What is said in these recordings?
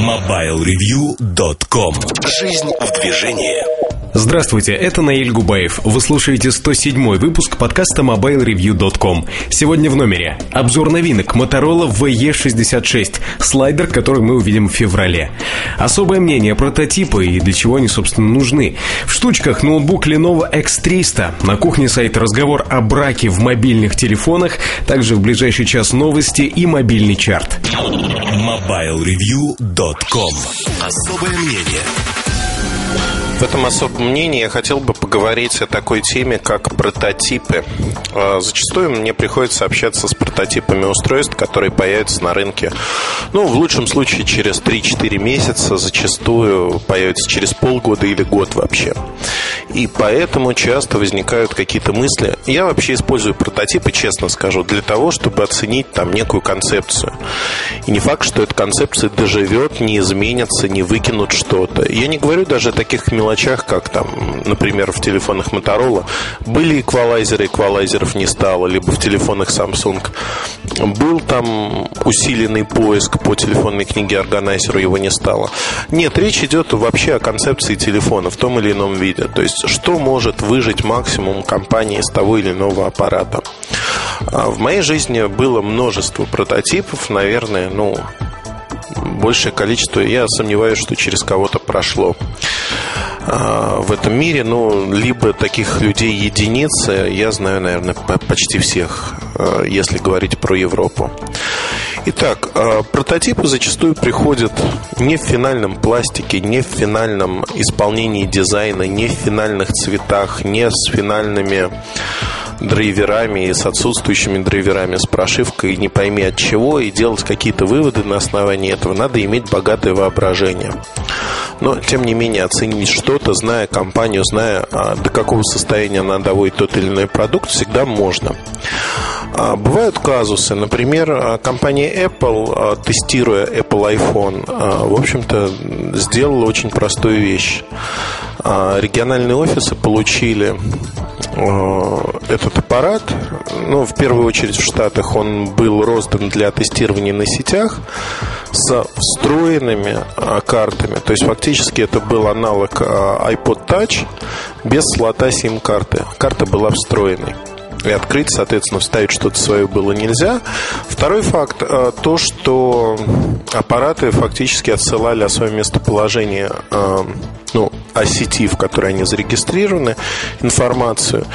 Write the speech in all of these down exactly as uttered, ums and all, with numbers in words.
мобайл ревью точка ком. Жизнь в движении. Здравствуйте, это Наиль Губаев. Вы слушаете сто седьмой выпуск подкаста мобайл ревью точка ком. Сегодня в номере обзор новинок Motorola ви и шестьдесят шесть, слайдер, который мы увидим в феврале. Особое мнение прототипы и для чего они, собственно, нужны. В штучках ноутбук Lenovo икс триста. На кухне сайта разговор о браке в мобильных телефонах. Также в ближайший час новости и мобильный чарт. мобайл ревью точка ком. Особое мнение. В этом особом мнении я хотел бы поговорить о такой теме, как прототипы. Зачастую мне приходится общаться с прототипами устройств, которые появятся на рынке, ну, в лучшем случае, через три-четыре месяца, зачастую появятся через полгода или год вообще. И поэтому часто возникают какие-то мысли. Я вообще использую прототипы, честно скажу, для того, чтобы оценить там некую концепцию. И не факт, что эта концепция доживет, не изменится, не выкинут что-то. Я не говорю даже о таких мелочах, как там, например, в телефонах Motorola были эквалайзеры, эквалайзеров не стало, либо в телефонах Samsung был там усиленный поиск по телефонной книге органайзеру, его не стало. Нет, речь идет вообще о концепции телефона в том или ином виде. То есть, что может выжить максимум компании из того или иного аппарата. В моей жизни было множество прототипов, наверное, ну, большее количество, я сомневаюсь, что через кого-то прошло в этом мире. Ну, либо таких людей единицы, я знаю, наверное, почти всех, если говорить про Европу. Итак, прототипы зачастую приходят не в финальном пластике, не в финальном исполнении дизайна, не в финальных цветах, не с финальными драйверами и с отсутствующими драйверами, с прошивкой, не пойми от чего, и делать какие-то выводы на основании этого. Надо иметь богатое воображение. Но, тем не менее, оценить что-то, зная компанию, зная, до какого состояния она доводит тот или иной продукт, всегда можно. Бывают казусы. Например, компания Apple, тестируя Apple iPhone, в общем-то, сделала очень простую вещь. Региональные офисы получили этот аппарат. Ну, в первую очередь в Штатах он был роздан для тестирования на сетях с встроенными картами. То есть фактически это был аналог iPod Touch без слота сим-карты. Карта была встроенной. И открыть, соответственно, вставить что-то свое было нельзя. Второй факт, то, что аппараты фактически отсылали о своем местоположении, ну, о сети, в которой они зарегистрированы, информацию.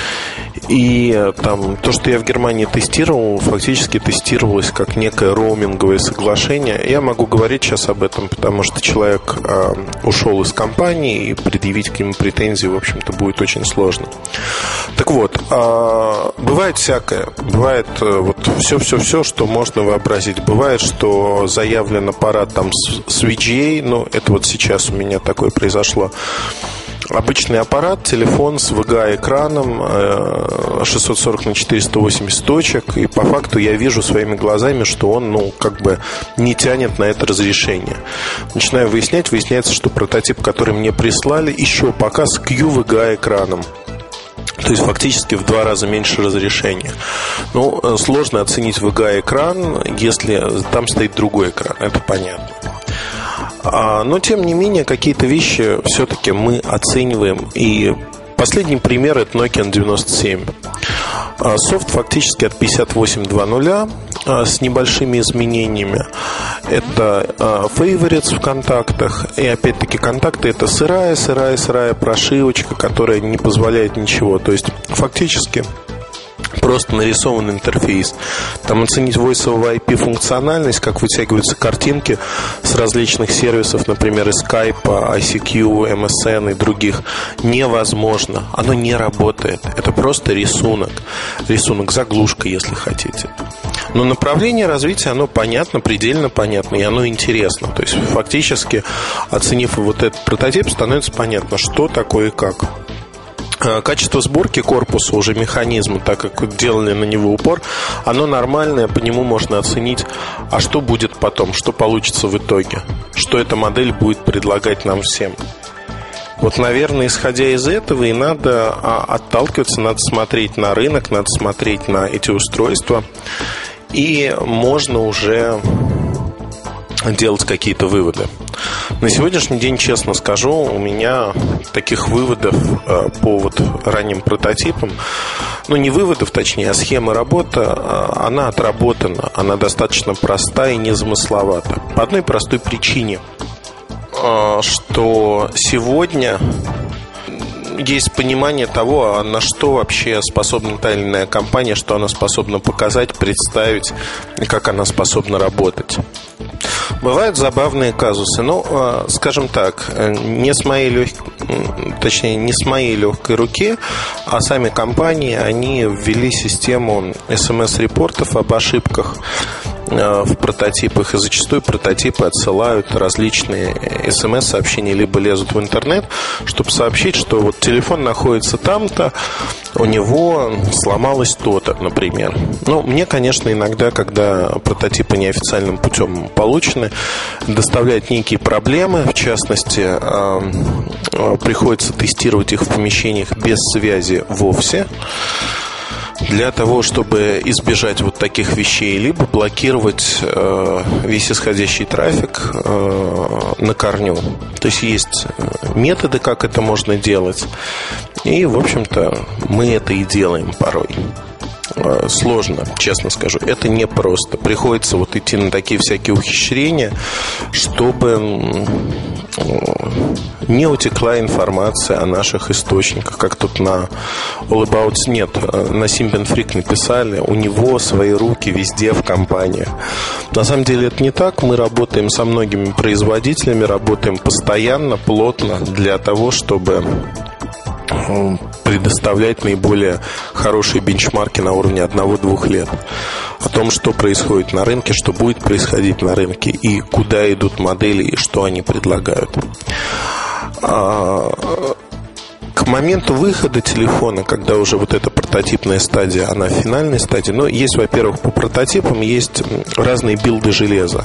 И там то, что я в Германии тестировал, фактически тестировалось как некое роуминговое соглашение. Я могу говорить сейчас об этом, потому что человек э, ушел из компании, и предъявить к нему претензии, в общем-то, будет очень сложно. Так вот, э, бывает всякое. Бывает э, вот все-все-все, что можно вообразить. Бывает, что заявлен аппарат там с, с ви джи эй, ну, это вот сейчас у меня такое произошло. Обычный аппарат, телефон с ви джи эй-экраном, шестьсот сорок на четыреста восемьдесят точек. И по факту я вижу своими глазами, что он, ну, как бы не тянет на это разрешение. Начинаю выяснять, выясняется, что прототип, который мне прислали, еще пока с кью ви джи эй-экраном. То есть фактически в два раза меньше разрешения. Ну, сложно оценить ви джи эй-экран, если там стоит другой экран, это понятно. Но, тем не менее, какие-то вещи все-таки мы оцениваем. И последний пример – это Nokia девяносто семь. Софт фактически от пятьдесят восемь два ноль с небольшими изменениями. Это favorites в контактах. И опять-таки контакты – это сырая, сырая, сырая прошивочка, которая не позволяет ничего. То есть фактически просто нарисован интерфейс. Там оценить Voice over ай пи функциональность, как вытягиваются картинки с различных сервисов, например, из Skype, ай си кью, эм эс эн и других, невозможно. Оно не работает. Это просто рисунок. Рисунок, заглушка, если хотите. Но направление развития, оно понятно, предельно понятно, и оно интересно. То есть фактически, оценив вот этот прототип, становится понятно, что такое и как. Качество сборки корпуса, уже механизма, так как делали на него упор, оно нормальное, по нему можно оценить, а что будет потом, что получится в итоге, что эта модель будет предлагать нам всем. Вот, наверное, исходя из этого и надо отталкиваться, надо смотреть на рынок, надо смотреть на эти устройства, и можно уже делать какие-то выводы. На сегодняшний день, честно скажу, у меня таких выводов э, по вот ранним прототипам, ну не выводов, точнее, а схемы работы, э, она отработана, она достаточно проста и незамысловата. По одной простой причине, э, что сегодня есть понимание того, на что вообще способна та или иная компания, что она способна показать, представить, и как она способна работать. Бывают забавные казусы. Ну, скажем так, не с моей лег... точнее, не с моей легкой руки, а сами компании, они ввели систему эс эм эс-репортов об ошибках в прототипах, и зачастую прототипы отсылают различные эс эм эс-сообщения, либо лезут в интернет, чтобы сообщить, что вот телефон находится там-то, у него сломалось то-то, например. Ну, мне, конечно, иногда, когда прототипы неофициальным путем получены, доставляют некие проблемы. В частности, приходится тестировать их в помещениях без связи вовсе, для того, чтобы избежать вот таких вещей, либо блокировать э, весь исходящий трафик э, на корню. То есть есть методы, как это можно делать. И, в общем-то, мы это и делаем порой. Э, сложно, честно скажу. Это непросто. Приходится вот идти на такие всякие ухищрения, чтобы не утекла информация о наших источниках. Как тут на All About, нет, на Symbian Freak написали, у него свои руки везде в компании. На самом деле это не так. Мы работаем со многими производителями, работаем постоянно, плотно для того, чтобы предоставлять наиболее хорошие бенчмарки на уровне одного-двух лет о том, что происходит на рынке, что будет происходить на рынке, и куда идут модели, и что они предлагают. К моменту выхода телефона, когда уже вот эта прототипная стадия, она в финальной стадии, но есть, во-первых, по прототипам есть разные билды железа.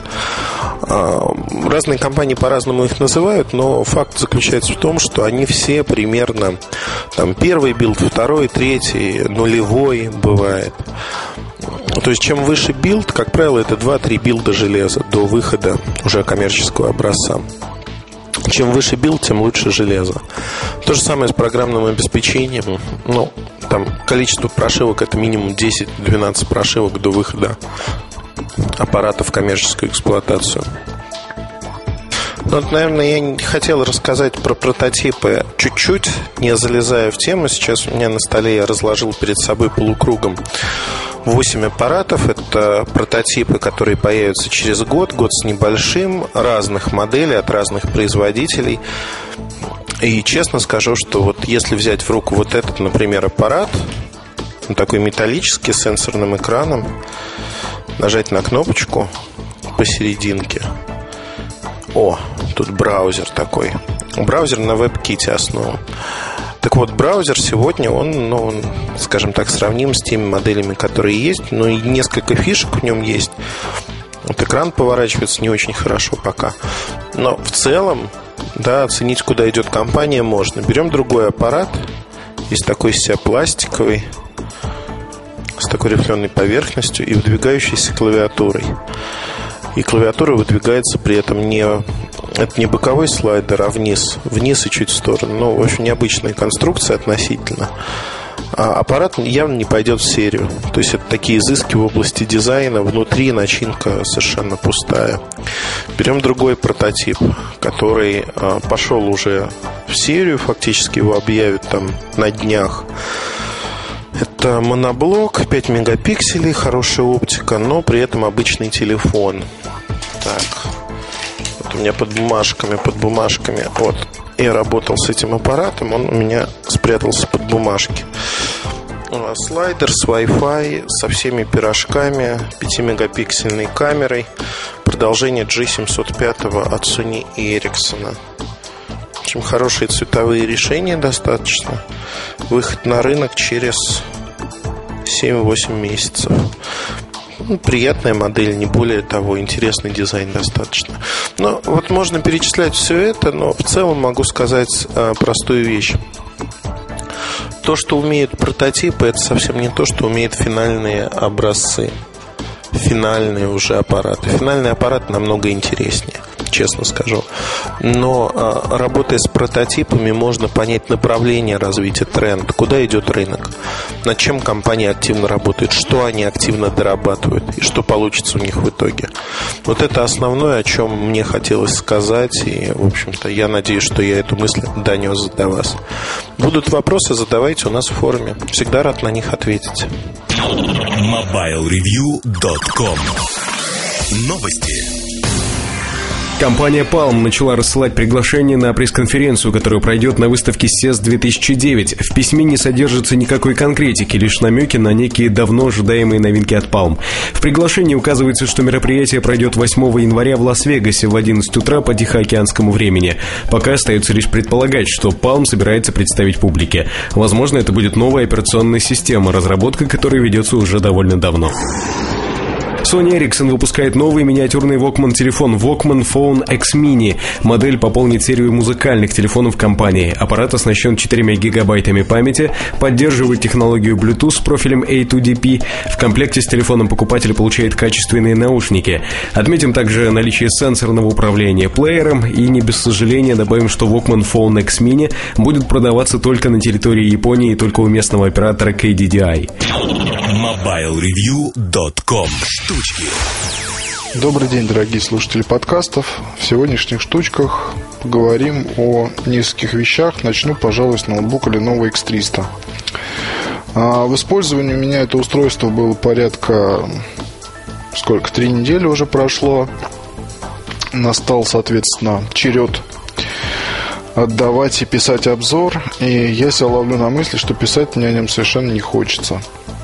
Разные компании по-разному их называют, но факт заключается в том, что они все примерно там, первый билд, второй, третий, нулевой бывает. То есть чем выше билд, как правило, это два-три билда железа до выхода уже коммерческого образца. Чем выше билд, тем лучше железо. То же самое с программным обеспечением. Ну, там количество прошивок — это минимум десять-двенадцать прошивок до выхода аппарата в коммерческую эксплуатацию. Ну, вот, наверное, я не хотел рассказать про прототипы чуть-чуть, не залезая в тему. Сейчас у меня на столе я разложил перед собой полукругом восемь аппаратов. Это прототипы, которые появятся через год, год с небольшим, разных моделей от разных производителей. И честно скажу, что вот если взять в руку вот этот, например, аппарат, он такой металлический, с сенсорным экраном, нажать на кнопочку посерединке. О, тут браузер такой. Браузер на WebKit основан. Так вот, браузер сегодня, он, ну, он, скажем так, сравним с теми моделями, которые есть. Но и несколько фишек в нем есть. Вот экран поворачивается не очень хорошо пока. Но в целом, да, оценить, куда идет компания, можно. Берем другой аппарат. Есть такой из себя пластиковый, с такой рифленой поверхностью и выдвигающейся клавиатурой. И клавиатура выдвигается при этом не... Это не боковой слайдер, а вниз. Вниз и чуть в сторону. Ну, в общем, необычная конструкция относительно. А аппарат явно не пойдет в серию. То есть это такие изыски в области дизайна. Внутри начинка совершенно пустая. Берем другой прототип, который а, пошел уже в серию. Фактически его объявят там на днях. Это моноблок, пять мегапикселей, хорошая оптика, но при этом обычный телефон. Так, вот у меня под бумажками, под бумажками. Вот, я работал с этим аппаратом, он у меня спрятался под бумажки. Слайдер с Wi-Fi, со всеми пирожками, пятимегапиксельной камерой. Продолжение джи семьсот пять от Sony Ericsson. В общем, хорошие цветовые решения достаточно. Выход на рынок через семь-восемь месяцев. Ну, приятная модель, не более того, интересный дизайн достаточно. Но вот можно перечислять все это, но в целом могу сказать а, простую вещь. То, что умеют прототипы, это совсем не то, что умеют финальные образцы. финальные уже аппараты. Финальный аппарат намного интереснее, честно скажу. Но а, работая с прототипами, можно понять направление развития, тренд, куда идет рынок, над чем компания активно работает, что они активно дорабатывают и что получится у них в итоге. Вот это основное, о чем мне хотелось сказать. И, в общем-то, я надеюсь, что я эту мысль донес до вас. Будут вопросы, задавайте у нас в форуме. Всегда рад на них ответить. мобайл ревью точка ком. Новости. Компания Palm начала рассылать приглашение на пресс-конференцию, которая пройдет на выставке сес две тысячи девять. В письме не содержится никакой конкретики, лишь намеки на некие давно ожидаемые новинки от Palm. В приглашении указывается, что мероприятие пройдет восьмого января в Лас-Вегасе в одиннадцать утра по тихоокеанскому времени. Пока остается лишь предполагать, что Palm собирается представить публике. Возможно, это будет новая операционная система, разработка которой ведется уже довольно давно. Sony Ericsson выпускает новый миниатюрный Walkman-телефон Walkman Phone X Mini. Модель пополнит серию музыкальных телефонов компании. Аппарат оснащен четырьмя гигабайтами памяти, поддерживает технологию Bluetooth с профилем эй ту ди пи. В комплекте с телефоном покупатель получает качественные наушники. Отметим также наличие сенсорного управления плеером. И не без сожаления добавим, что Walkman Phone X Mini будет продаваться только на территории Японии и только у местного оператора кей ди ди ай. мобайл ревью точка ком. Штучки. Добрый день, дорогие слушатели подкастов. В сегодняшних штучках поговорим о нескольких вещах. Начну, пожалуй, с ноутбука Lenovo икс триста. В использовании у меня это устройство было порядка... Сколько? Три недели уже прошло. Настал, соответственно, черед отдавать и писать обзор. И я себя ловлю на мысли, что писать мне о нем совершенно не хочется.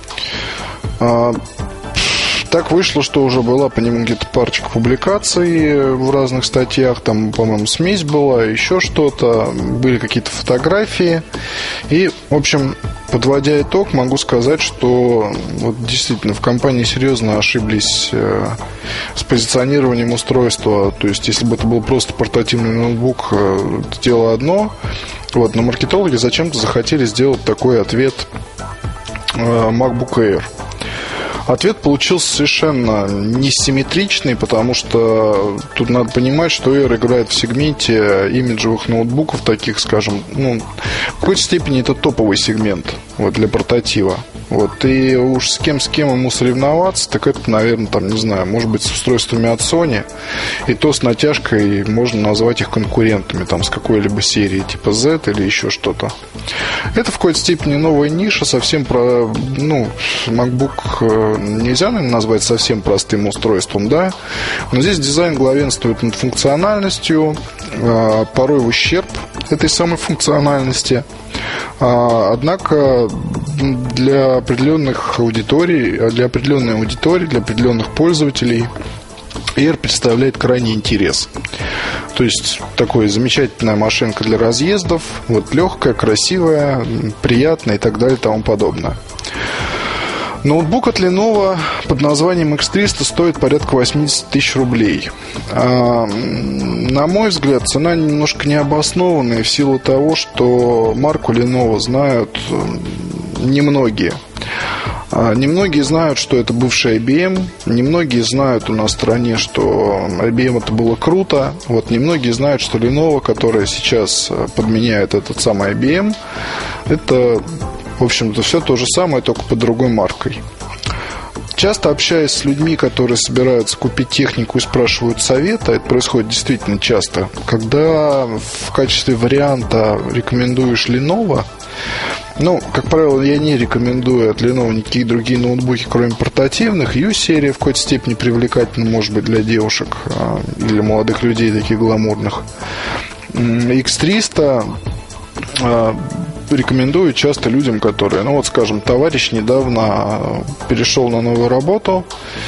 Так вышло, что уже была по нему где-то парочка публикаций в разных статьях. Там, по-моему, смесь была, еще что-то. Были какие-то фотографии. И, в общем, подводя итог, могу сказать, что вот действительно в компании серьезно ошиблись э, с позиционированием устройства. То есть, если бы это был просто портативный ноутбук, э, это дело одно. Вот, но маркетологи зачем-то захотели сделать такой ответ э, MacBook Air. Ответ получился совершенно несимметричный, потому что тут надо понимать, что Air играет в сегменте имиджевых ноутбуков, таких, скажем, ну, в какой-то степени это топовый сегмент вот, для портатива. Вот, и уж с кем с кем ему соревноваться, так это, наверное, там, не знаю, может быть, с устройствами от Sony, и то с натяжкой можно назвать их конкурентами, там, с какой-либо серии, типа Z или еще что-то. Это в какой-то степени новая ниша, совсем про, ну, MacBook нельзя, наверное, назвать совсем простым устройством, да, но здесь дизайн главенствует над функциональностью, порой в ущерб этой самой функциональности. Однако для определенных аудиторий, для определенной аудитории, для определенных пользователей Air представляет крайний интерес. То есть такая замечательная машинка для разъездов, вот легкая, красивая, приятная и так далее и тому подобное. Ноутбук от Lenovo под названием икс триста стоит порядка восемьдесят тысяч рублей. А, на мой взгляд, цена немножко необоснованная в силу того, что марку Lenovo знают немногие. А, немногие знают, что это бывший ай би эм. Немногие знают у нас в стране, что ай би эм это было круто. Вот, немногие знают, что Lenovo, которая сейчас подменяет этот самый ай би эм, это... В общем-то, все то же самое, только под другой маркой. Часто общаясь с людьми, которые собираются купить технику и спрашивают совета, это происходит действительно часто, когда в качестве варианта рекомендуешь Lenovo, ну, как правило, я не рекомендую от Lenovo никакие другие ноутбуки, кроме портативных. U-серия в какой-то степени привлекательна, может быть, для девушек или молодых людей, таких гламурных. икс триста рекомендую часто людям, которые, ну вот, скажем, товарищ недавно перешел на новую работу,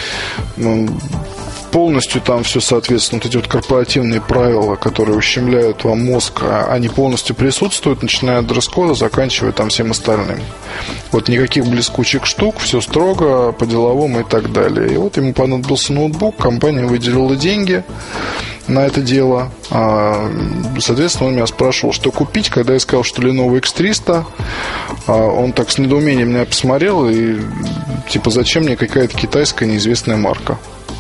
полностью там все, соответственно, вот эти вот корпоративные правила, которые ущемляют вам мозг, они полностью присутствуют, начиная от дресс-кода, заканчивая там всем остальным. Вот никаких блескучих штук, все строго, по-деловому и так далее. И вот ему понадобился ноутбук, компания выделила деньги, на это дело. Соответственно, он меня спрашивал, что купить. Когда я сказал, что Lenovo икс триста, он так с недоумением меня посмотрел и типа, зачем мне какая-то китайская неизвестная марка.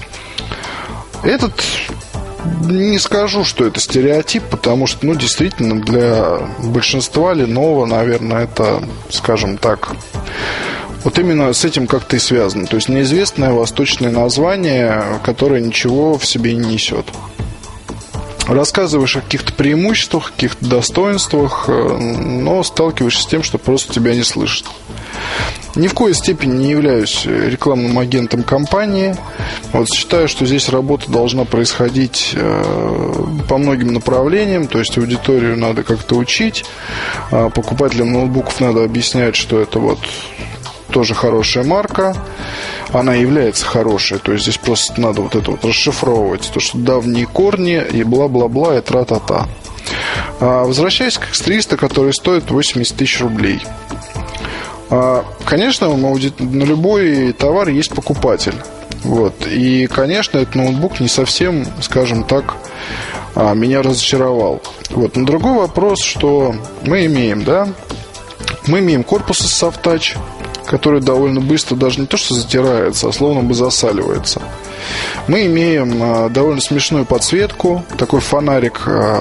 Этот, не скажу, что это стереотип, потому что, ну, действительно, для большинства Lenovo, наверное, это, скажем так, вот именно с этим как-то и связано. То есть неизвестное восточное название, которое ничего в себе не несет. Рассказываешь о каких-то преимуществах, каких-то достоинствах, но сталкиваешься с тем, что просто тебя не слышат. Ни в коей степени не являюсь рекламным агентом компании. Вот считаю, что здесь работа должна происходить э, по многим направлениям. То есть аудиторию надо как-то учить, э, покупателям ноутбуков надо объяснять, что это вот тоже хорошая марка. Она является хорошей. То есть здесь просто надо вот это вот расшифровывать. То, что давние корни и бла-бла-бла и тра-та-та. А возвращаясь к икс триста, который стоит восемьдесят тысяч рублей. Конечно, на любой товар есть покупатель. Вот. И, конечно, этот ноутбук не совсем, скажем так, меня разочаровал. Вот. Но другой вопрос, что мы имеем, да? Мы имеем корпус из Soft Touch, который довольно быстро даже не то что затирается, а словно бы засаливается. Мы имеем довольно смешную подсветку, такой фонарик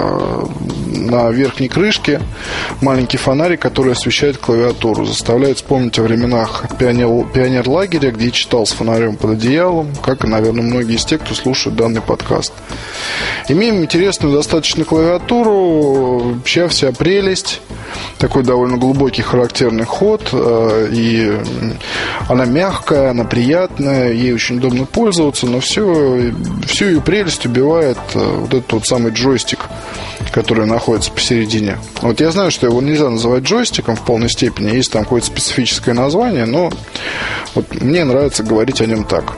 на верхней крышке, маленький фонарик, который освещает клавиатуру, заставляет вспомнить о временах пионер, пионер-лагеря, где я читал с фонарем под одеялом, как и, наверное, многие из тех, кто слушает данный подкаст. Имеем интересную достаточно клавиатуру, вся вся прелесть, такой довольно глубокий характерный ход, и она мягкая, она приятная, ей очень удобно пользоваться, но все, всю ее прелесть убивает вот этот вот самый джойстик, который находится посередине. Вот я знаю, что его нельзя называть джойстиком в полной степени, есть там какое-то специфическое название, но вот мне нравится говорить о нем так.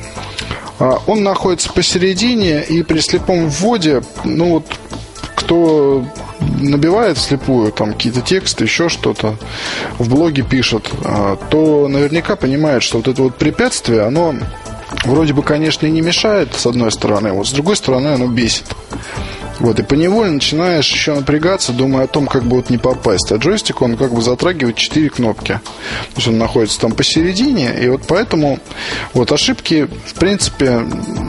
Он находится посередине, и при слепом вводе, ну вот, кто набивает вслепую там какие-то тексты, еще что-то, в блоге пишет, то наверняка понимает, что вот это вот препятствие, оно вроде бы, конечно, и не мешает, с одной стороны, вот с другой стороны оно бесит. Вот, и поневоле начинаешь еще напрягаться, думая о том, как бы вот не попасть. А джойстик, он как бы затрагивает четыре кнопки. То есть он находится там посередине, и вот поэтому вот ошибки, в принципе,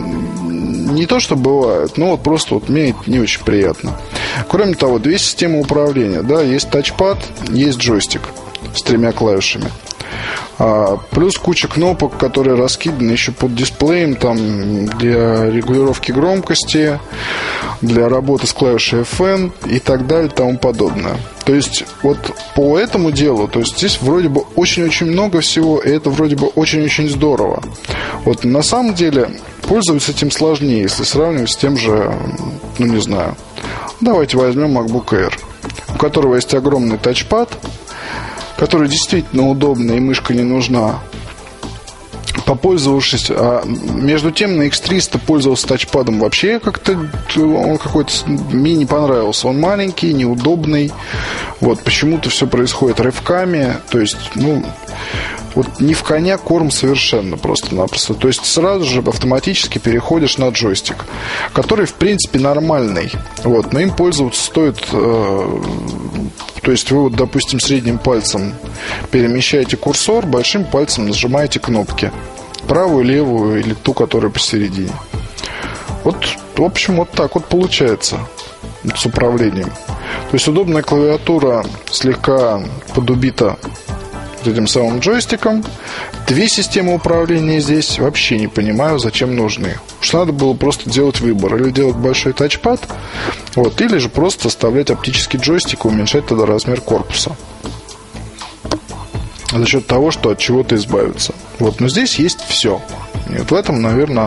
не то что бывают, но вот просто вот мне не очень приятно. Кроме того, две системы управления, да, есть тачпад, есть джойстик с тремя клавишами. А, плюс куча кнопок, которые раскиданы еще под дисплеем, там, для регулировки громкости, для работы с клавишей эф эн и так далее и тому подобное. То есть вот по этому делу, то есть здесь вроде бы очень-очень много всего, и это вроде бы очень-очень здорово. Вот на самом деле пользоваться этим сложнее, если сравнивать с тем же, ну не знаю, давайте возьмем MacBook Air, у которого есть огромный тачпад, который действительно удобный, и мышка не нужна. Попользовавшись, а между тем на икс триста пользовался тачпадом вообще как-то, он какой-то мне не понравился. Он маленький, неудобный. Вот почему-то все происходит рывками. То есть, ну, вот не в коня корм совершенно просто-напросто. То есть сразу же автоматически переходишь на джойстик, который в принципе нормальный. Вот, но им пользоваться стоит. Э, то есть вы вот, допустим, средним пальцем перемещаете курсор, большим пальцем нажимаете кнопки. Правую, левую или ту, которая посередине. Вот, в общем, вот так вот получается с управлением. То есть удобная клавиатура слегка подубита этим самым джойстиком. Две системы управления здесь вообще не понимаю, зачем нужны. Уж надо было просто делать выбор. Или делать большой тачпад, вот, или же просто оставлять оптический джойстик и уменьшать тогда размер корпуса. За счет того, что от чего-то избавиться. Вот, но здесь есть все. И вот в этом, наверное,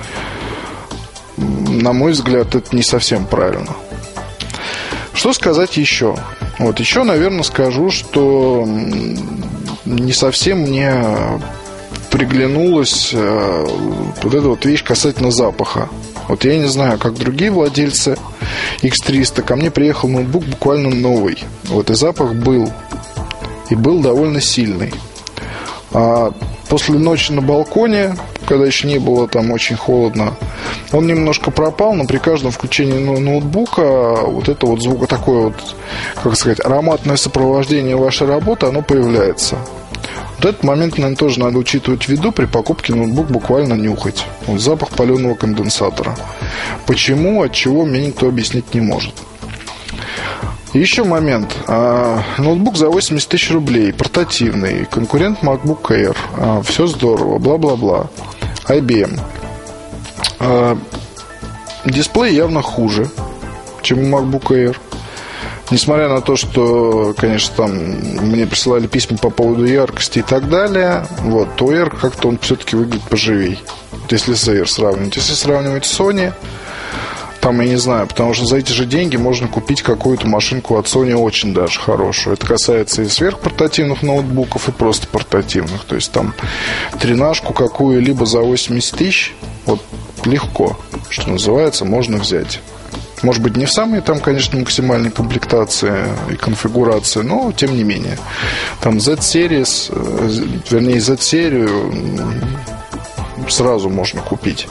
на мой взгляд, это не совсем правильно. Что сказать еще? Вот еще, наверное, скажу, что не совсем мне приглянулась э, вот эта вот вещь касательно запаха. Вот я не знаю, как другие владельцы икс триста, ко мне приехал ноутбук буквально новый. Вот и запах был. И был довольно сильный. А после ночи на балконе, когда еще не было там очень холодно. Он немножко пропал, но при каждом включении ноутбука вот это вот звук, такое вот, как сказать, ароматное сопровождение вашей работы, оно появляется. Вот этот момент, наверное, тоже надо учитывать в виду при покупке ноутбук, буквально нюхать. Вот запах паленого конденсатора. Почему, от чего, мне никто объяснить не может. Еще момент. А, ноутбук за восемьдесят тысяч рублей, портативный, конкурент MacBook Air. А, все здорово, бла-бла-бла. ай би эм. А, дисплей явно хуже, чем у MacBook Air. Несмотря на то, что, конечно, там мне присылали письма по поводу яркости и так далее, вот, то Air как-то он все-таки выглядит поживей. Вот если с Air сравнивать. Если сравнивать с Sony, там, я не знаю, потому что за эти же деньги можно купить какую-то машинку от Sony очень даже хорошую. Это касается и сверхпортативных ноутбуков, и просто портативных. То есть там тринашку какую-либо за восемьдесят тысяч, вот легко, что называется, можно взять. Может быть, не в самой там, конечно, максимальной комплектации и конфигурации, но тем не менее. Там Z-Series, вернее, Z-серию сразу можно купить.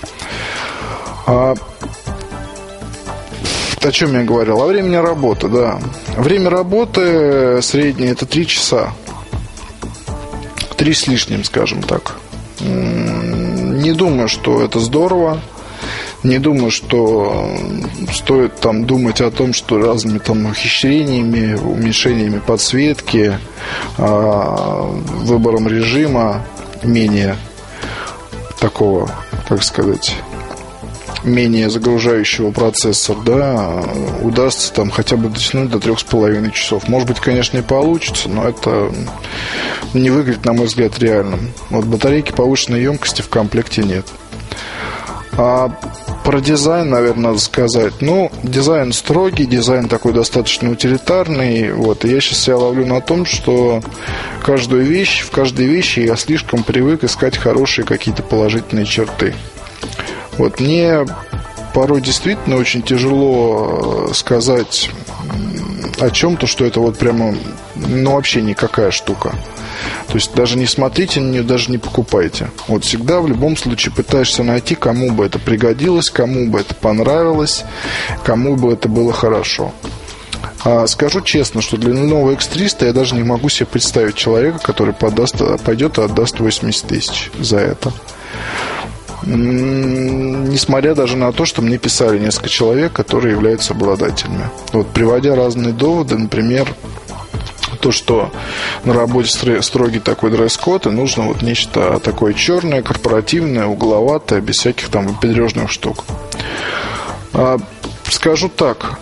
А, о чем я говорил? О времени работы, да. Время работы среднее — это три часа. Три с лишним, скажем так. Не думаю, что это здорово. Не думаю, что стоит там думать о том, что разными там ухищрениями, уменьшениями подсветки, выбором режима менее такого, как сказать, менее загружающего процессор, да, удастся там хотя бы дотянуть до трех с половиной часов. Может быть, конечно, и получится, но это не выглядит, на мой взгляд, реальным. Вот батарейки повышенной емкости в комплекте нет. А про дизайн, наверное, надо сказать. Ну, дизайн строгий, дизайн такой достаточно утилитарный. Вот. И я сейчас себя ловлю на том, что каждую вещь, в каждой вещи я слишком привык искать хорошие какие-то положительные черты. Вот. Мне порой действительно очень тяжело сказать о чем-то, что это вот прямо, ну, вообще никакая штука. То есть даже не смотрите на нее, даже не покупайте. Вот всегда в любом случае пытаешься найти, кому бы это пригодилось, кому бы это понравилось, кому бы это было хорошо. А скажу честно, что для нового икс триста я даже не могу себе представить человека, который подаст, пойдет и отдаст восемьдесят тысяч за это. Несмотря даже на то, что мне писали несколько человек, которые являются обладателями. Вот, приводя разные доводы, например, то, что на работе строгий такой дресс-код, и нужно вот нечто такое черное, корпоративное, угловатое, без всяких там выпендрежных штук. Скажу так,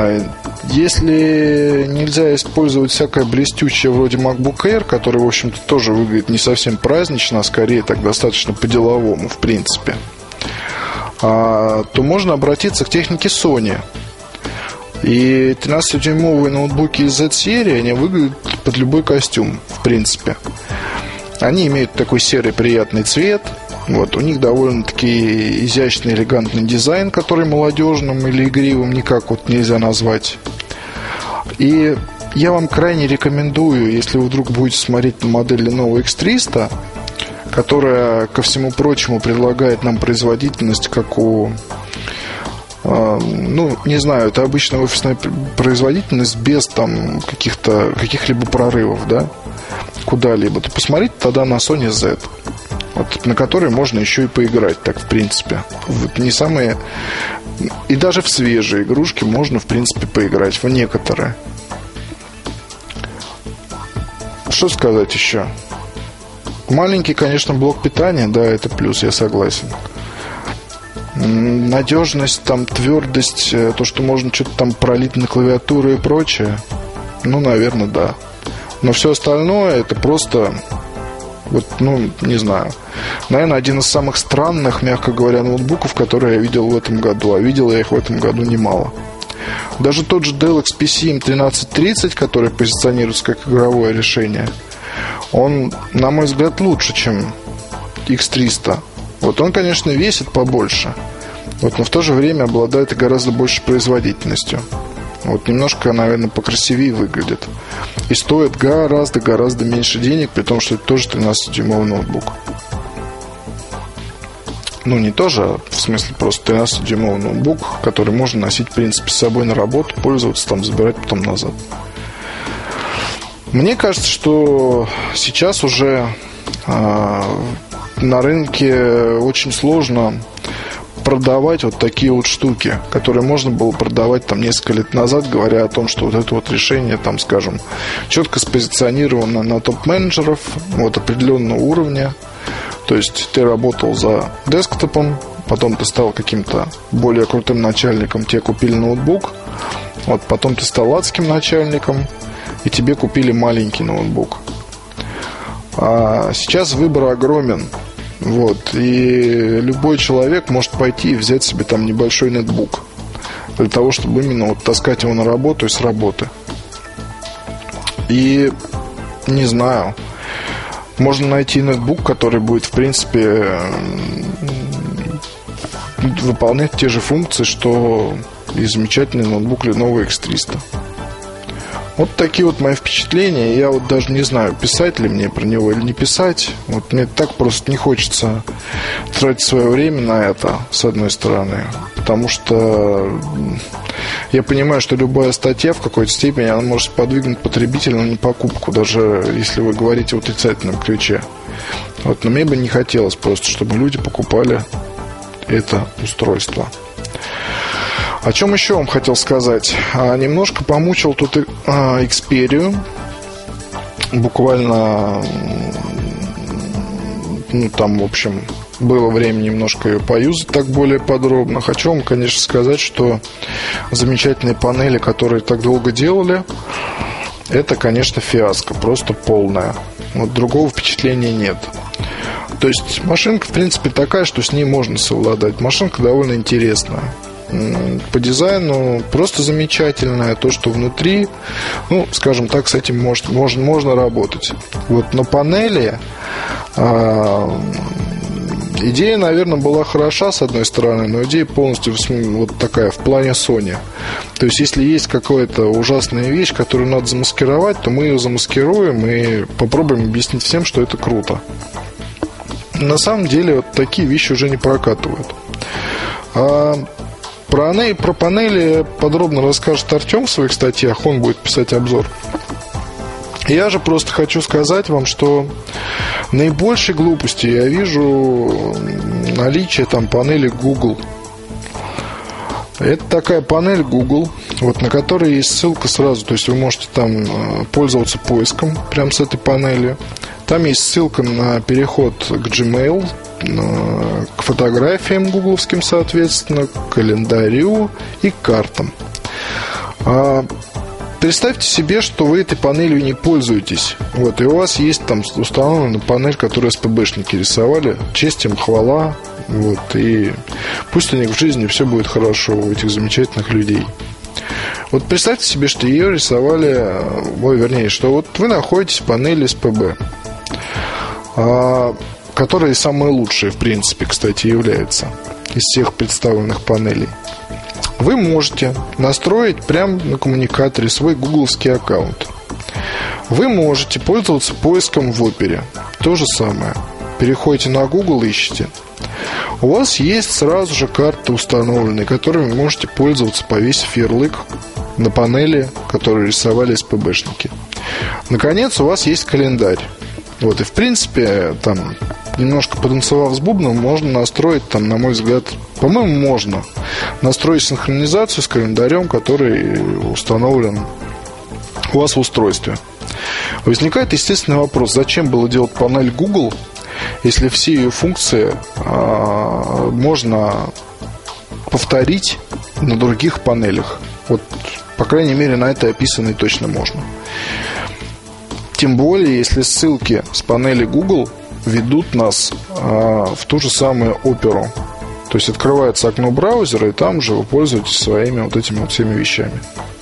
если нельзя использовать всякое блестючее вроде MacBook Air, который, в общем-то, тоже выглядит не совсем празднично, а скорее так достаточно по-деловому, в принципе, то можно обратиться к технике Sony. И тринадцатидюймовые ноутбуки из Z-серии, они выглядят под любой костюм, в принципе. Они имеют такой серый приятный цвет. Вот, у них довольно-таки изящный, элегантный дизайн, который молодежным или игривым никак вот нельзя назвать. И я вам крайне рекомендую, если вы вдруг будете смотреть на модель Lenovo икс триста, которая, ко всему прочему, предлагает нам производительность, как у... Ну, не знаю, это обычная офисная производительность без там каких-то, каких-либо прорывов, да, куда-либо. То посмотрите тогда на Sony Z, вот, на которой можно еще и поиграть, так, в принципе. Вот, не самые... И даже в свежие игрушки можно, в принципе, поиграть, в некоторые. Что сказать еще? Маленький, конечно, блок питания, да, это плюс, я согласен. Надежность, там, твердость, то, что можно что-то там пролить на клавиатуру и прочее, ну, наверное, да. Но все остальное это просто, вот, ну, не знаю, наверное, один из самых странных, мягко говоря, ноутбуков, которые я видел в этом году. А видел я их в этом году немало. Даже тот же Dell икс пи си эм тринадцать тридцать, который позиционируется как игровое решение, он, на мой взгляд, лучше, чем икс триста. Вот он, конечно, весит побольше, вот, но в то же время обладает и гораздо большей производительностью. Вот немножко, наверное, покрасивее выглядит. И стоит гораздо-гораздо меньше денег, при том, что это тоже тринадцатидюймовый ноутбук. Ну, не тоже, а в смысле просто тринадцатидюймовый ноутбук, который можно носить, в принципе, с собой на работу, пользоваться, там, забирать потом назад. Мне кажется, что сейчас уже э, на рынке очень сложно продавать вот такие вот штуки, которые можно было продавать там несколько лет назад, говоря о том, что вот это вот решение, там, скажем, четко спозиционировано на топ-менеджеров вот определенного уровня. То есть ты работал за десктопом, потом ты стал каким-то более крутым начальником, тебе купили ноутбук, вот потом ты стал адским начальником, и тебе купили маленький ноутбук. А сейчас выбор огромен. Вот, и любой человек может пойти и взять себе там небольшой нетбук для того, чтобы именно вот таскать его на работу и с работы. И не знаю, можно найти нетбук, который будет, в принципе, выполнять те же функции, что и замечательный ноутбук Lenovo икс триста. Вот такие вот мои впечатления. Я вот даже не знаю, писать ли мне про него или не писать. Вот мне так просто не хочется тратить свое время на это, с одной стороны. Потому что я понимаю, что любая статья в какой-то степени она может сподвигнуть потребителя на покупку, даже если вы говорите в отрицательном ключе. Вот, но мне бы не хотелось просто, чтобы люди покупали это устройство. О чем еще вам хотел сказать? А, немножко помучил тут а, Xperia. Буквально, ну, там, в общем, было время немножко ее поюзать так более подробно. Хочу вам, конечно, сказать, что замечательные панели, которые так долго делали, это, конечно, фиаско, просто полное. Вот другого впечатления нет. То есть машинка, в принципе, такая, что с ней можно совладать. Машинка довольно интересная. По дизайну просто замечательная. То, что внутри, ну, скажем так, с этим может, можно, можно работать. Вот на панели а, идея, наверное, была хороша с одной стороны, но идея полностью вот такая в плане Sony. То есть, если есть какая-то ужасная вещь, которую надо замаскировать, то мы ее замаскируем и попробуем объяснить всем, что это круто. На самом деле, вот такие вещи уже не прокатывают. А Про, про панели подробно расскажет Артем в своих статьях. Он будет писать обзор. Я же просто хочу сказать вам, что наибольшей глупостью я вижу наличие там панели Google. Это такая панель Google, вот, на которой есть ссылка сразу. То есть вы можете там пользоваться поиском прямо с этой панели. Там есть ссылка на переход к Gmail, к фотографиям гугловским, соответственно, к календарю и к картам. А, представьте себе, что вы этой панелью не пользуетесь. Вот, и у вас есть там установлена панель, которую эс пэ бэ-шники рисовали. Честь им, хвала. Вот, и пусть у них в жизни все будет хорошо, у этих замечательных людей. Вот представьте себе, что ее рисовали, ой, вернее, что вот вы находитесь в панели эс пэ бэ, а, которые самые лучшие, в принципе, кстати, являются из всех представленных панелей. Вы можете настроить прямо на коммуникаторе свой гугловский аккаунт. Вы можете пользоваться поиском в Opera. То же самое. Переходите на Google, ищите. У вас есть сразу же карты установленные, которыми вы можете пользоваться, повесив ярлык на панели, которые рисовали эс пэ бэ-шники. Наконец, у вас есть календарь. Вот, и в принципе, там, немножко потанцевав с бубном, можно настроить, там, на мой взгляд, по-моему, можно настроить синхронизацию с календарем, который установлен у вас в устройстве. Возникает естественный вопрос: зачем было делать панель Google, если все ее функции а, можно повторить на других панелях? Вот, по крайней мере, на этой описанной точно можно. Тем более, если ссылки с панели Google ведут нас а, в ту же самую Opera. То есть открывается окно браузера, и там же вы пользуетесь своими вот этими вот всеми вещами.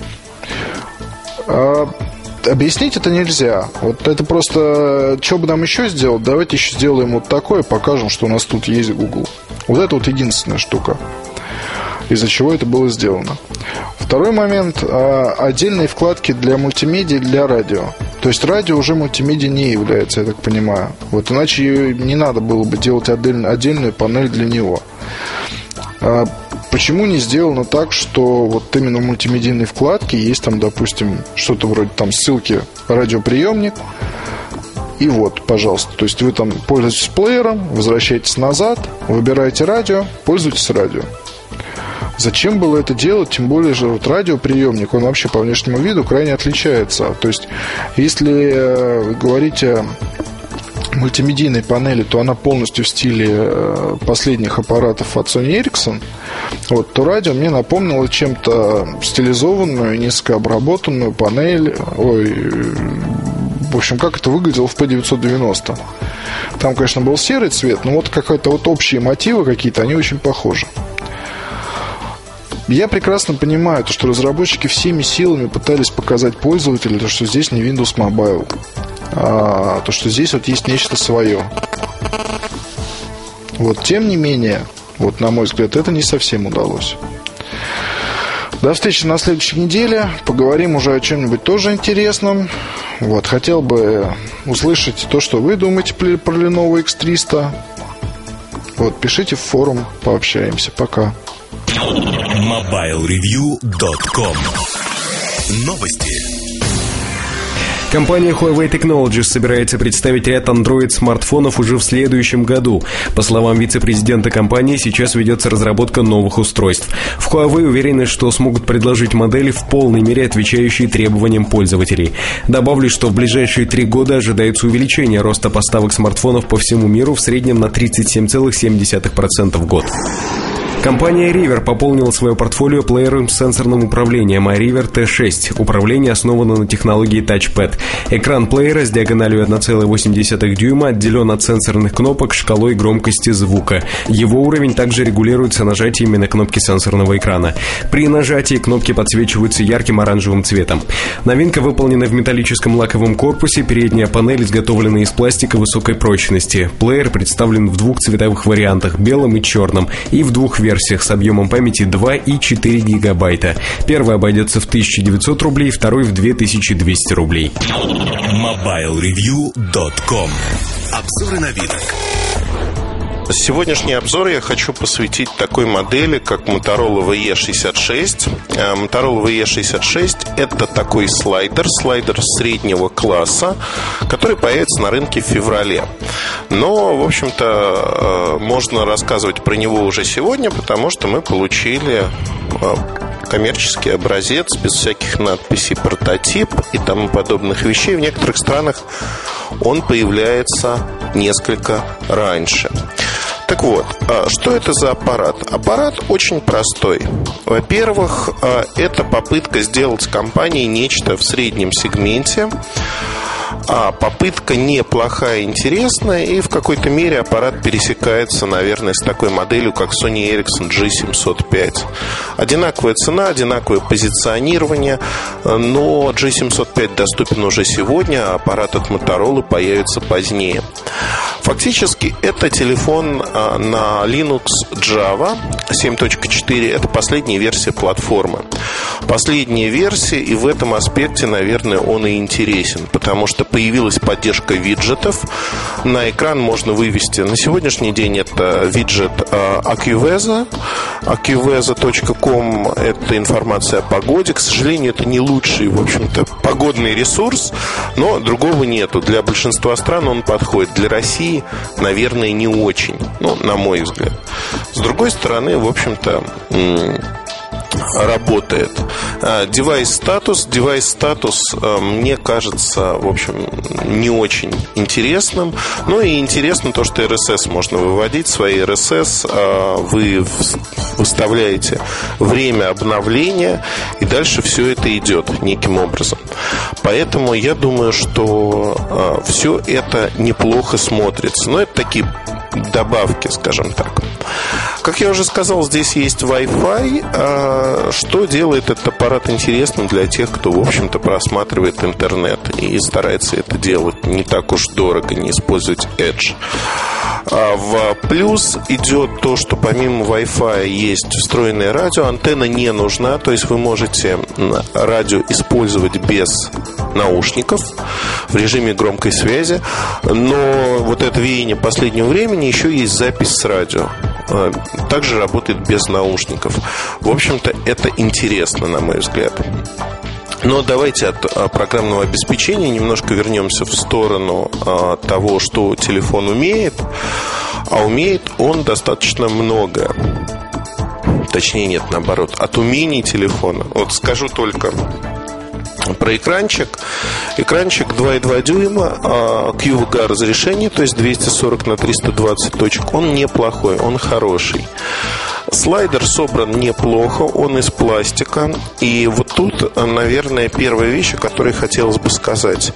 А, объяснить это нельзя. Вот это просто, что бы нам еще сделать? Давайте еще сделаем вот такое, покажем, что у нас тут есть Google. Вот это вот единственная штука, из-за чего это было сделано. Второй момент. Отдельные вкладки для мультимедиа, для радио. То есть радио уже мультимедиа не является, я так понимаю. Вот иначе не надо было бы делать отдельную, отдельную панель для него. А почему не сделано так, что вот именно в мультимедийной вкладке есть там, допустим, что-то вроде там ссылки радиоприемник, и вот, пожалуйста, то есть вы там пользуетесь плеером, возвращаетесь назад, выбираете радио, пользуетесь радио. Зачем было это делать? Тем более же вот радиоприемник, он вообще по внешнему виду крайне отличается. То есть, если вы говорите о мультимедийной панели, то она полностью в стиле последних аппаратов от Sony Ericsson. Вот, то радио мне напомнило чем-то стилизованную, несколько обработанную панель. Ой, в общем, как это выглядело в пи девятьсот девяносто. Там, конечно, был серый цвет, но вот какие-то вот общие мотивы какие-то, они очень похожи. Я прекрасно понимаю, что разработчики всеми силами пытались показать пользователю, что здесь не Windows Mobile, а то, что здесь вот есть нечто свое. Вот, тем не менее, вот, на мой взгляд, это не совсем удалось. До встречи на следующей неделе. Поговорим уже о чем-нибудь тоже интересном. Вот, хотел бы услышать то, что вы думаете про Lenovo икс триста. Вот, пишите в форум, пообщаемся. Пока. мобайл ревью точка ком. Новости. Компания Huawei Technologies собирается представить ряд Android-смартфонов уже в следующем году. По словам вице-президента компании, сейчас ведется разработка новых устройств. В Huawei уверены, что смогут предложить модели в полной мере отвечающие требованиям пользователей. Добавлю, что в ближайшие три года ожидается увеличение роста поставок смартфонов по всему миру в среднем на тридцать семь целых семь десятых процента в год. Компания River пополнила свое портфолио плеером с сенсорным управлением iRiver ти шесть. Управление основано на технологии TouchPad. Экран плеера с диагональю одна целая восемь десятых дюйма отделен от сенсорных кнопок шкалой громкости звука. Его уровень также регулируется нажатиями на кнопки сенсорного экрана. При нажатии кнопки подсвечиваются ярким оранжевым цветом. Новинка выполнена в металлическом лаковом корпусе. Передняя панель изготовлена из пластика высокой прочности. Плеер представлен в двух цветовых вариантах – белом и черном, и в двух версиях с объемом памяти два и четыре гигабайта. Первый обойдется в тысячу девятьсот рублей, второй в две тысячи двести рублей. мобайл ревью точка ком. Обзоры новинок. Сегодняшний обзор я хочу посвятить такой модели, как Motorola ви и шестьдесят шесть. Motorola ви и шестьдесят шесть – это такой слайдер, слайдер среднего класса, который появится на рынке в феврале. Но, в общем-то, можно рассказывать про него уже сегодня, потому что мы получили коммерческий образец без всяких надписей, прототип и тому подобных вещей. В некоторых странах он появляется несколько раньше. Так вот, что это за аппарат? Аппарат очень простой. Во-первых, это попытка сделать с компанией нечто в среднем сегменте. А попытка неплохая, интересная, и в какой-то мере аппарат пересекается, наверное, с такой моделью, как Sony Ericsson джи семьсот пять. Одинаковая цена, одинаковое позиционирование, но джи семьсот пять доступен уже сегодня, а аппарат от Motorola появится позднее. Фактически это телефон на Linux Java семь точка четыре. Это последняя версия платформы. Последняя версия, и в этом аспекте, наверное, он и интересен, потому что появилась поддержка виджетов. На экран можно вывести. На сегодняшний день это виджет Acuveza. Acuveza точка ком. Это информация о погоде. К сожалению, это не лучший, в общем-то, погодный ресурс, но другого нету. Для большинства стран он подходит. Для России, наверное, не очень. Ну, на мой взгляд. С другой стороны, в общем-то, работает. Девайс статус. Девайс статус мне кажется, в общем, не очень интересным. Но и интересно то, что эр эс эс можно выводить. Свои эр эс эс вы выставляете время обновления, и дальше все это идет неким образом. Поэтому я думаю, что все это неплохо смотрится. Но это такие добавки, скажем так. Как я уже сказал, здесь есть Wi-Fi, что делает этот аппарат интересным для тех, кто, в общем-то, просматривает интернет и старается это делать не так уж дорого, не использовать Edge. В плюс идет то, что помимо Wi-Fi есть встроенное радио. Антенна не нужна, то есть вы можете радио использовать без наушников в режиме громкой связи. Но вот это веяние последнего времени, еще есть запись с радио. Также работает без наушников. В общем-то, это интересно, на мой взгляд. Но давайте от программного обеспечения немножко вернемся в сторону того, что телефон умеет. А умеет он достаточно много. Точнее, нет, наоборот. От умений телефона. Вот скажу только про экранчик. Экранчик два и два дюйма, кью ви джи разрешение, то есть двести сорок на триста двадцать точек. Он неплохой, он хороший. Слайдер собран неплохо, он из пластика. И вот тут, наверное, первая вещь, о которой хотелось бы сказать.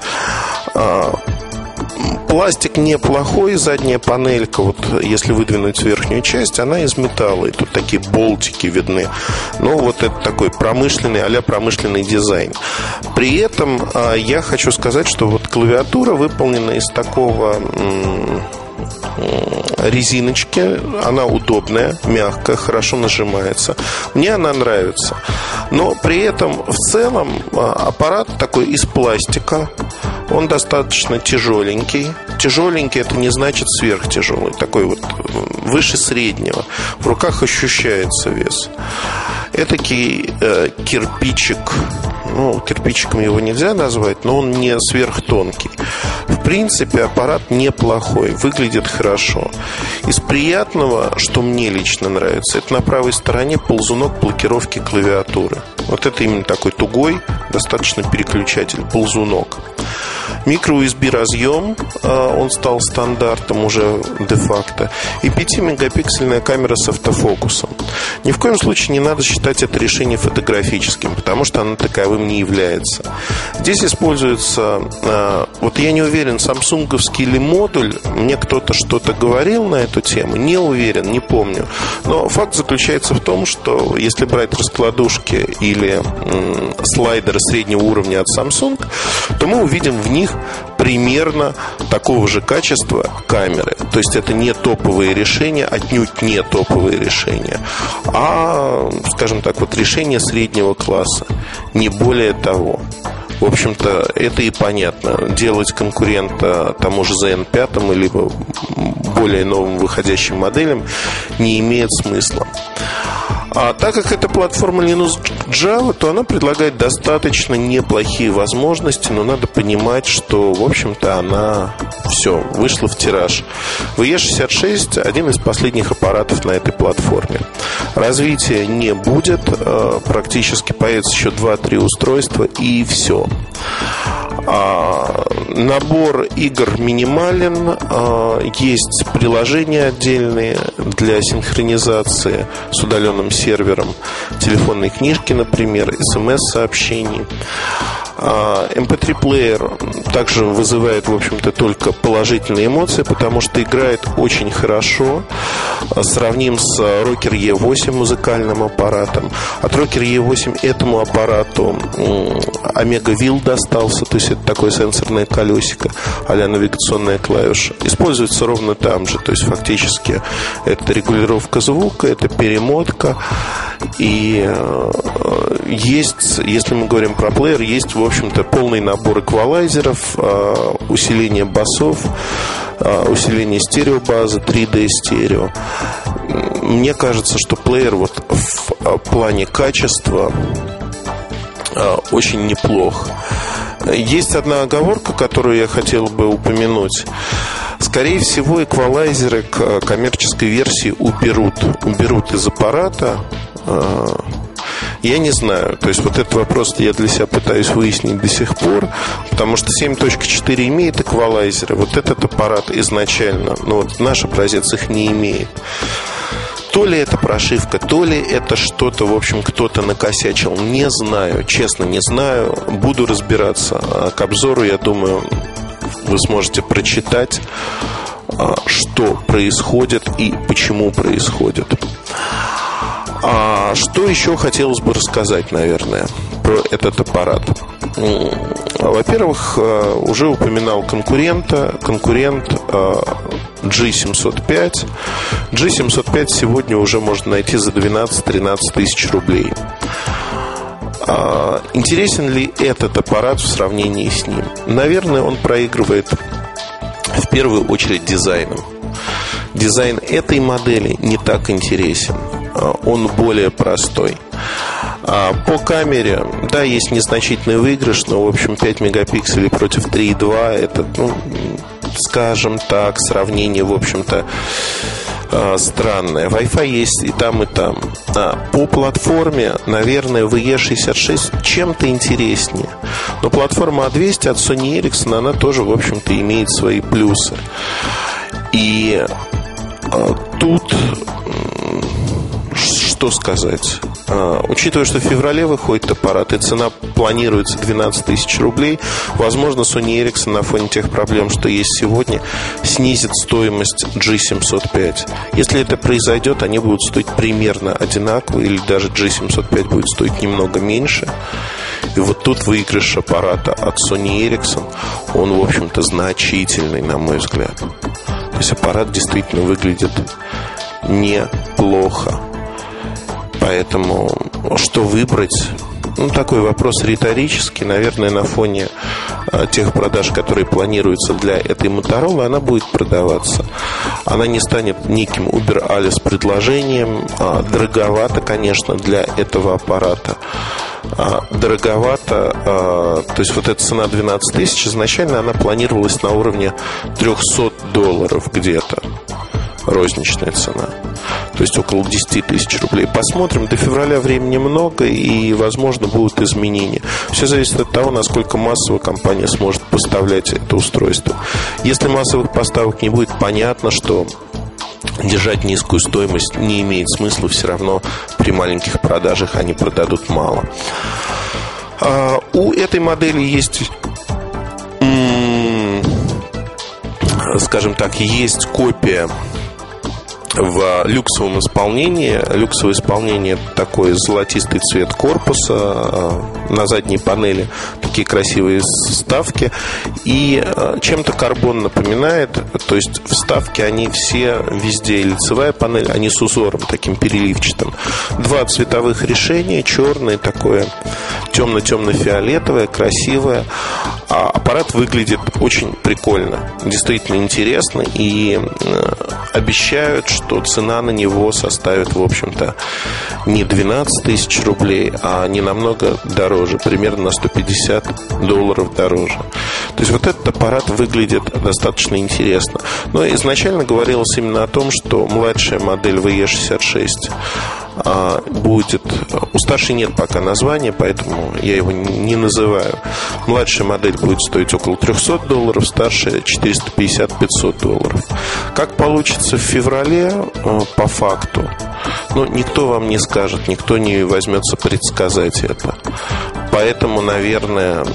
Пластик неплохой, задняя панелька, вот если выдвинуть верхнюю часть, она из металла, и тут такие болтики видны. Ну, вот это такой промышленный, а-ля промышленный дизайн. При этом я хочу сказать, что вот клавиатура выполнена из такого резиночки. Она удобная, мягкая, хорошо нажимается. Мне она нравится. Но при этом в целом аппарат такой из пластика. Он достаточно тяжеленький. Тяжеленький — это не значит сверхтяжелый. Такой вот выше среднего. В руках ощущается вес. Этакий э, кирпичик. Ну, кирпичиком его нельзя назвать, но он не сверхтонкий. В принципе, аппарат неплохой, выглядит хорошо. Из приятного, что мне лично нравится, это на правой стороне ползунок блокировки клавиатуры. Вот это именно такой тугой, достаточно переключатель, ползунок. Микро-ю эс би разъем, он стал стандартом уже де-факто. И пятимегапиксельная камера с автофокусом. Ни в коем случае не надо считать это решение фотографическим, потому что оно таковым не является. Здесь используется, вот я не уверен, самсунговский ли модуль. Мне кто-то что-то говорил на эту тему. Не уверен, не помню. Но факт заключается в том, что если брать раскладушки или слайдеры среднего уровня от Samsung, то мы увидим в них примерно такого же качества камеры. То есть это не топовые решения, отнюдь не топовые решения, а, скажем так, вот решения среднего класса, не более того. В общем-то, это и понятно. Делать конкурента тому же зет эн пять или более новым выходящим моделям не имеет смысла. А так как это платформа Linux Java, то она предлагает достаточно неплохие возможности, но надо понимать, что, в общем-то, она все, вышла в тираж. ви и шестьдесят шесть – один из последних аппаратов на этой платформе. Развития не будет, практически появится еще два-три устройства, и все. А, набор игр минимален. а, Есть приложения отдельные для синхронизации с удаленным сервером, телефонной книжки, например, смс-сообщений. эм пэ три плеер также вызывает, в общем-то, только положительные эмоции, потому что играет очень хорошо. Сравним с Rocker и восемь музыкальным аппаратом. От Rocker и восемь этому аппарату Omega Wheel достался, то есть это такое сенсорное колесико а-ля навигационная клавиша. Используется ровно там же, то есть фактически это регулировка звука, это перемотка. И есть, если мы говорим про плеер, есть, в общем-то, полный набор эквалайзеров, усиление басов, усиление стереобазы, три дэ стерео. Мне кажется, что плеер вот в плане качества очень неплох. Есть одна оговорка, которую я хотел бы упомянуть. Скорее всего, эквалайзеры к коммерческой версии уберут, уберут из аппарата. Я не знаю. То есть вот этот вопрос я для себя пытаюсь выяснить до сих пор, потому что семь точка четыре имеет эквалайзеры. Вот этот аппарат изначально, но вот наш образец их не имеет. То ли это прошивка, то ли это что-то, в общем, кто-то накосячил. Не знаю, честно не знаю. Буду разбираться. К обзору, я думаю, вы сможете прочитать, что происходит и почему происходит. А что еще хотелось бы рассказать, наверное, про этот аппарат? Во-первых, уже упоминал конкурента. Конкурент джи семьсот пять. джи семьсот пять сегодня уже можно найти за двенадцать-тринадцать тысяч рублей. Интересен ли этот аппарат в сравнении с ним? Наверное, он проигрывает в первую очередь дизайном. Дизайн этой модели не так интересен. Он более простой. По камере, да, есть незначительный выигрыш, но, в общем, пять мегапикселей против три и два. Это, ну, скажем так, сравнение, в общем-то, странное. Wi-Fi есть и там, и там. По платформе, наверное, ви и шестьдесят шесть чем-то интереснее. Но платформа а двести от Sony Ericsson, она тоже, в общем-то, имеет свои плюсы. И тут, что сказать? Учитывая, что в феврале выходит аппарат и цена планируется двенадцать тысяч рублей, возможно, Sony Ericsson на фоне тех проблем, что есть сегодня, снизит стоимость джи семьсот пять. Если это произойдет, они будут стоить примерно одинаково, или даже джи семьсот пять будет стоить немного меньше. И вот тут выигрыш аппарата от Sony Ericsson, он, в общем-то, значительный, на мой взгляд. То есть аппарат действительно выглядит неплохо. Поэтому что выбрать? Ну, такой вопрос риторический. Наверное, на фоне а, тех продаж, которые планируются для этой Motorola, она будет продаваться. Она не станет неким Uber-Alles предложением. а, Дороговато, конечно, для этого аппарата. а, Дороговато а, То есть вот эта цена двенадцать тысяч, изначально она планировалась на уровне триста долларов где-то. Розничная цена. То есть около десять тысяч рублей. Посмотрим, до февраля времени много, и, возможно, будут изменения. Все зависит от того, насколько массово компания сможет поставлять это устройство. Если массовых поставок не будет, понятно, что держать низкую стоимость не имеет смысла. Все равно при маленьких продажах они продадут мало. а, У этой модели есть, скажем так, есть копия в люксовом исполнении. Люксовое исполнение — такой золотистый цвет корпуса, на задней панели такие красивые вставки, и чем-то карбон напоминает. То есть вставки, они все везде, и лицевая панель, они с узором таким переливчатым. Два цветовых решения: черное, такое темно-темно-фиолетовое, красивое. А аппарат выглядит очень прикольно, действительно интересно, и обещают, что цена на него составит, в общем-то, не двенадцать тысяч рублей, а не намного дороже, примерно на сто пятьдесят долларов дороже. То есть вот этот аппарат выглядит достаточно интересно. Но изначально говорилось именно о том, что младшая модель ви и шестьдесят шесть будет... У старшей нет пока названия, поэтому я его не называю. Младшая модель будет стоить около триста долларов, старшая четыреста пятьдесят - пятьсот долларов. Как получится в феврале, по факту, ну, никто вам не скажет, никто не возьмется предсказать это. Поэтому, наверное,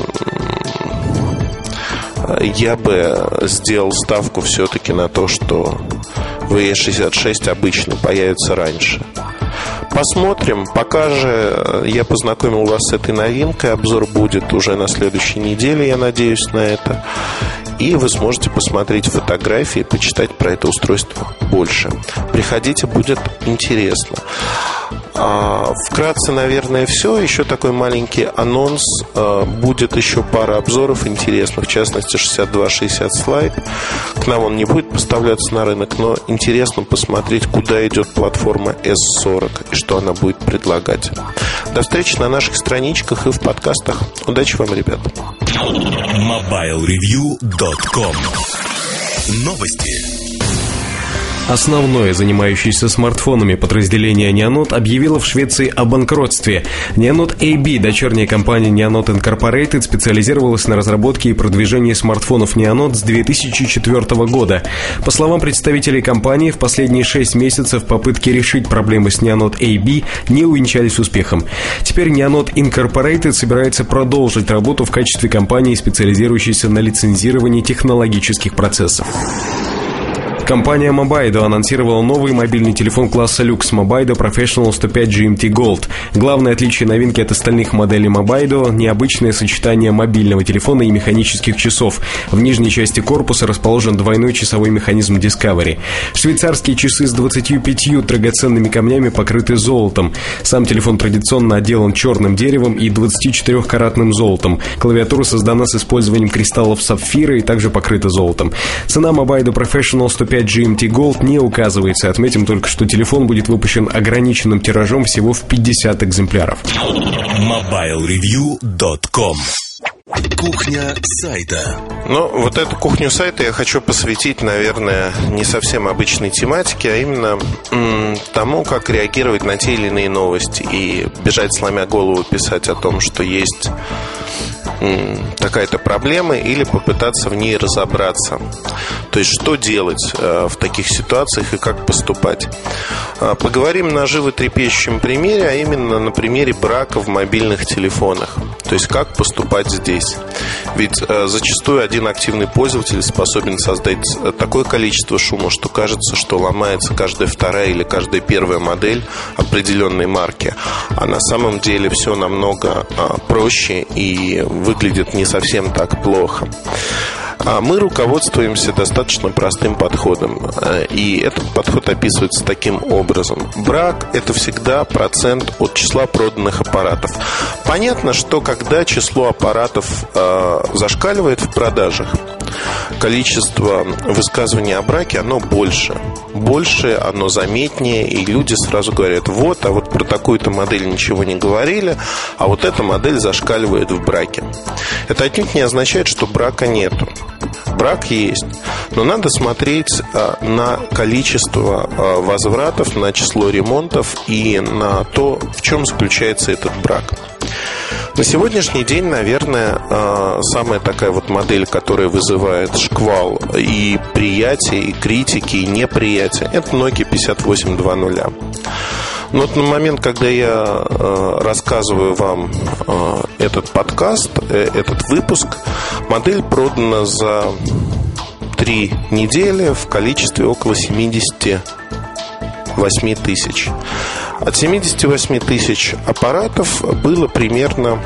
я бы сделал ставку все-таки на то, что ви и шестьдесят шесть обычно появится раньше. Посмотрим. Пока же я познакомил вас с этой новинкой. Обзор будет уже на следующей неделе, я надеюсь на это. И вы сможете посмотреть фотографии, почитать про это устройство больше. Приходите, будет интересно. А, вкратце, наверное, все. Еще такой маленький анонс. а, Будет еще пара обзоров интересных. В частности, шестьдесят два шестьдесят слайд. К нам он не будет поставляться на рынок, но интересно посмотреть, куда идет платформа эс сорок и что она будет предлагать. До встречи на наших страничках и в подкастах. Удачи вам, ребят. мобайл ревью точка ком. Новости. Основное занимающееся смартфонами подразделение Neonode объявило в Швеции о банкротстве. Neonode эй би, дочерняя компания Neonode Incorporated, специализировалась на разработке и продвижении смартфонов Neonode с две тысячи четвёртого года. По словам представителей компании, в последние шесть месяцев попытки решить проблемы с Neonode эй би не увенчались успехом. Теперь Neonode Incorporated собирается продолжить работу в качестве компании, специализирующейся на лицензировании технологических процессов. Компания Mobaido анонсировала новый мобильный телефон класса люкс Mobaido Professional сто пять джи эм ти Gold. Главное отличие новинки от остальных моделей Mobaido – необычное сочетание мобильного телефона и механических часов. В нижней части корпуса расположен двойной часовой механизм Discovery. Швейцарские часы с двадцатью пятью драгоценными камнями покрыты золотом. Сам телефон традиционно отделан черным деревом и двадцатичетырёхкаратным золотом. Клавиатура создана с использованием кристаллов сапфира и также покрыта золотом. Цена Mobaido Professional сто пять джи эм ти Gold не указывается. Отметим только, что телефон будет выпущен ограниченным тиражом всего в пятьдесят экземпляров. мобайл ревью точка ком. Кухня сайта. Ну, вот эту кухню сайта я хочу посвятить, наверное, не совсем обычной тематике, а именно м- тому, как реагировать на те или иные новости и бежать, сломя голову, писать о том, что есть м- такая-то проблема, или попытаться в ней разобраться. То есть, что делать э, в таких ситуациях и как поступать. Э, поговорим на животрепещущем примере, а именно на примере брака в мобильных телефонах. То есть, как поступать здесь. Ведь э, зачастую один активный пользователь способен создать такое количество шума, что кажется, что ломается каждая вторая или каждая первая модель определенной марки. А на самом деле все намного э, проще и выглядит не совсем так плохо. Мы руководствуемся достаточно простым подходом. И этот подход описывается таким образом. Брак – это всегда процент от числа проданных аппаратов. Понятно, что когда число аппаратов э, зашкаливает в продажах, количество высказываний о браке, оно больше. Больше, оно заметнее. И люди сразу говорят: вот, а вот про такую-то модель ничего не говорили, а вот эта модель зашкаливает в браке. Это отнюдь не означает, что брака нету. Брак есть, но надо смотреть на количество возвратов, на число ремонтов и на то, в чем заключается этот брак. На сегодняшний день, наверное, самая такая вот модель, которая вызывает шквал и приятия, и критики, и неприятия, это Nokia пятьдесят восемь двадцать. Но вот на момент, когда я э, рассказываю вам э, этот подкаст, э, этот выпуск, модель продана за три недели в количестве около семьдесят восемь тысяч. От семьдесят восемь тысяч аппаратов было примерно...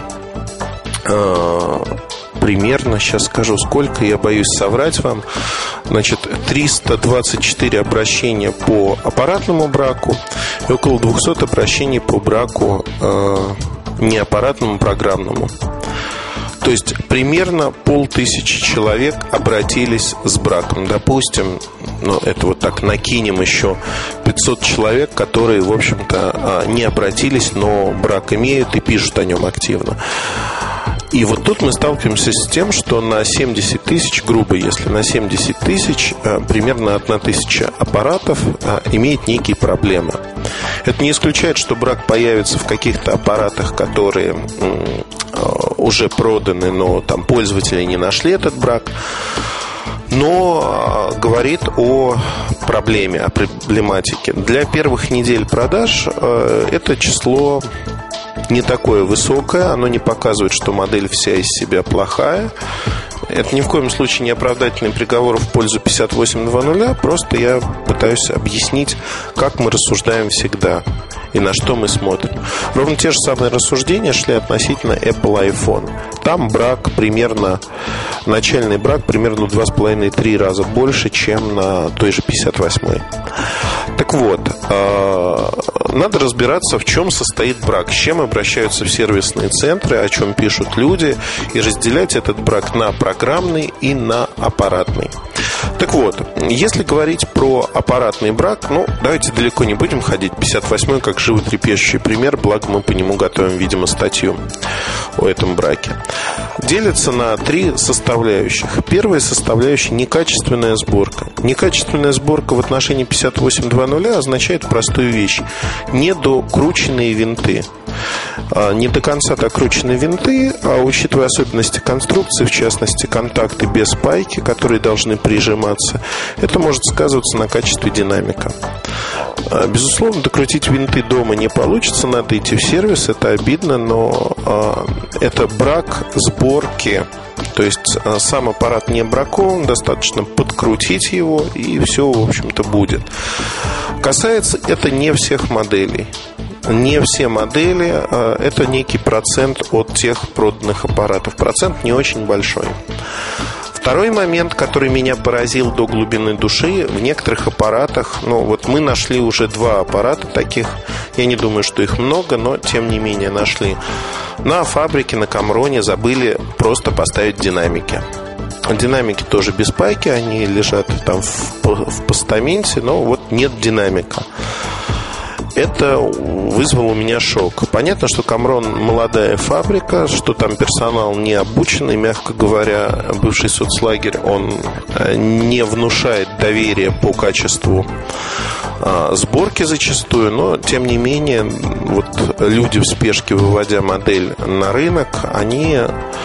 Э, Примерно, сейчас скажу сколько, я боюсь соврать вам. Значит, триста двадцать четыре обращения по аппаратному браку и около двести обращений по браку э, неаппаратному, программному. То есть примерно полтысячи человек обратились с браком. Допустим, ну, это вот так накинем еще пятьсот человек, которые, в общем-то, не обратились, но брак имеют и пишут о нем активно. И вот тут мы сталкиваемся с тем, что на семьдесят тысяч, грубо если, на семьдесят тысяч примерно одна тысяча аппаратов имеет некие проблемы. Это не исключает, что брак появится в каких-то аппаратах, которые уже проданы, но там пользователи не нашли этот брак. Но говорит о проблеме, о проблематике. Для первых недель продаж это число не такое высокое, оно не показывает, что модель вся из себя плохая. Это ни в коем случае не оправдательный приговор в пользу пятьдесят восемь двадцать, просто я пытаюсь объяснить, как мы рассуждаем всегда и на что мы смотрим. Ровно те же самые рассуждения шли относительно Apple iPhone. Там брак примерно, начальный брак примерно в два с половиной - три раза больше, чем на той же пятьдесят восьмой. Так вот, надо разбираться, в чем состоит брак, с чем обращаются в сервисные центры, о чем пишут люди, и разделять этот брак на программный и на аппаратный. Так вот, если говорить про аппаратный брак, ну, давайте далеко не будем ходить. пятьдесят восьмой как животрепещущий пример, благо мы по нему готовим, видимо, статью о этом браке. Делится на три составляющих. Первая составляющая – некачественная сборка. Некачественная сборка в отношении пятьдесят восемь двадцать означает простую вещь – недокрученные винты. не до конца докручены винты, а учитывая особенности конструкции, в частности контакты без пайки, которые должны прижиматься, это может сказываться на качестве динамика. Безусловно, докрутить винты дома не получится, надо идти в сервис, это обидно, но это брак сборки. То есть сам аппарат не бракован, достаточно подкрутить его, и все, в общем-то, будет. Касается это не всех моделей. Не все модели, это некий процент от тех проданных аппаратов. Процент не очень большой. Второй момент, который меня поразил до глубины души, в некоторых аппаратах, ну вот мы нашли уже два аппарата таких, я не думаю, что их много, но тем не менее нашли. На фабрике, на Камроне забыли просто поставить динамики. Динамики тоже без пайки, они лежат там в, в постаменте, но вот нет динамика. Это вызвало у меня шок. Понятно, что Камрон молодая фабрика, что там персонал не обученный, мягко говоря, бывший соцлагерь, он не внушает доверия по качеству сборки зачастую, но тем не менее вот люди в спешке, выводя модель на рынок, они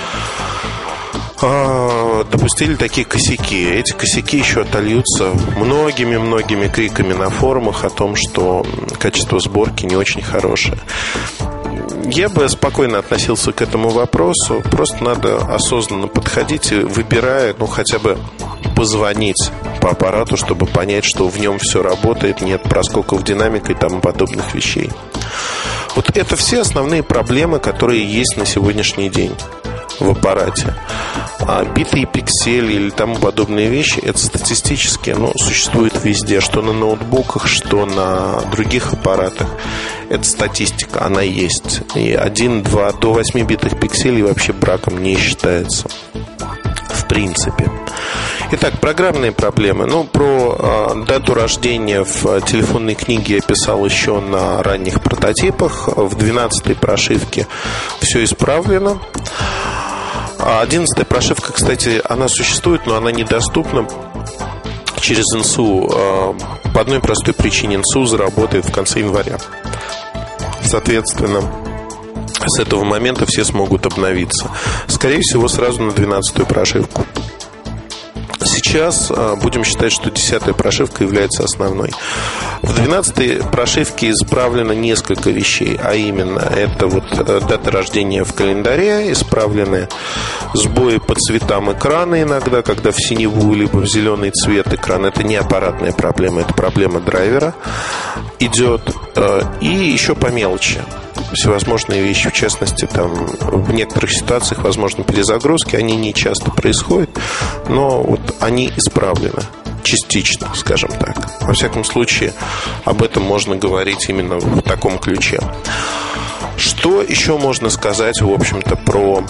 допустили такие косяки. Эти косяки еще отольются многими-многими криками на форумах о том, что качество сборки не очень хорошее. Я бы спокойно относился к этому вопросу. Просто надо осознанно подходить и, выбирая, ну хотя бы позвонить по аппарату, чтобы понять, что в нем все работает, нет проскоков динамика и тому подобных вещей. Вот это все основные проблемы, которые есть на сегодняшний день в аппарате. А битые пиксели или тому подобные вещи, это статистически, ну, существует везде, что на ноутбуках, что на других аппаратах. Это статистика, она есть. И один-два до восьми битых пикселей вообще браком не считается, в принципе. Итак, программные проблемы. Ну, про э, дату рождения в телефонной книге я писал еще на ранних прототипах. В двенадцатой прошивке все исправлено. Одиннадцатая прошивка, кстати, она существует, но она недоступна через эн эс ю. По одной простой причине: эн эс ю заработает в конце января. Соответственно, с этого момента все смогут обновиться. Скорее всего, сразу на двенадцатую прошивку. Сейчас будем считать, что десятая прошивка является основной. В двенадцатой прошивке исправлено несколько вещей, а именно это вот дата рождения в календаре, исправлены сбои по цветам экрана иногда, когда в синеву либо в зеленый цвет экран. Это не аппаратная проблема, это проблема драйвера идет. И еще по мелочи всевозможные вещи, в частности, там в некоторых ситуациях, возможно, перезагрузки, они не часто происходят, но вот они исправлены частично, скажем так. Во всяком случае, об этом можно говорить именно в таком ключе. Что еще можно сказать, в общем-то, про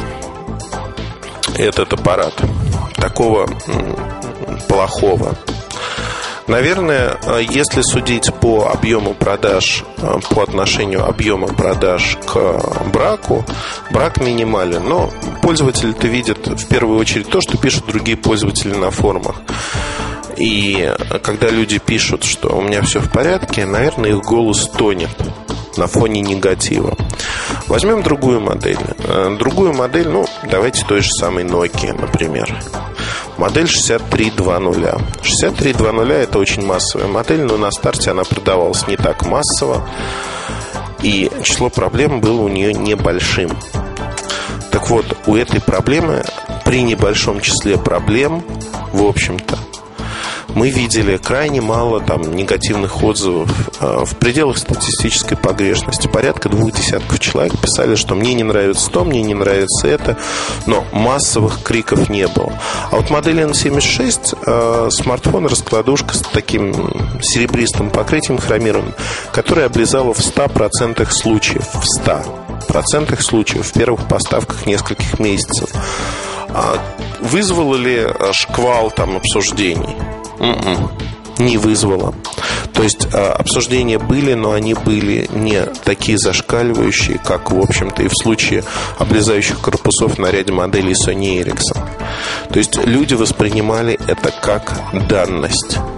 этот аппарат такого плохого? Наверное, если судить по объему продаж, по отношению объема продаж к браку, брак минимален. Но пользователи-то видят в первую очередь то, что пишут другие пользователи на форумах. И когда люди пишут, что у меня все в порядке, наверное, их голос тонет на фоне негатива. Возьмем другую модель. Другую модель, ну, давайте той же самой Nokia, например. Модель шестьдесят три двадцать. шестьдесят три двадцать это очень массовая модель, но на старте она продавалась не так массово, и число проблем было у нее небольшим. Так вот, у этой проблемы, при небольшом числе проблем, в общем-то, мы видели крайне мало там негативных отзывов э, в пределах статистической погрешности. Порядка двух десятков человек писали, что мне не нравится то, мне не нравится это, но массовых криков не было. А вот модель эн семьдесят шесть, э, смартфон, раскладушка с таким серебристым покрытием хромированным, которая облизала в ста процентах случаев, в ста процентах случаев в первых поставках нескольких месяцев. А вызвало ли шквал там обсуждений? Mm-mm. Не вызвало. То есть обсуждения были, но они были не такие зашкаливающие, как, в общем-то, и в случае облезающих корпусов на ряде моделей Sony Ericsson. То есть люди воспринимали это как данность.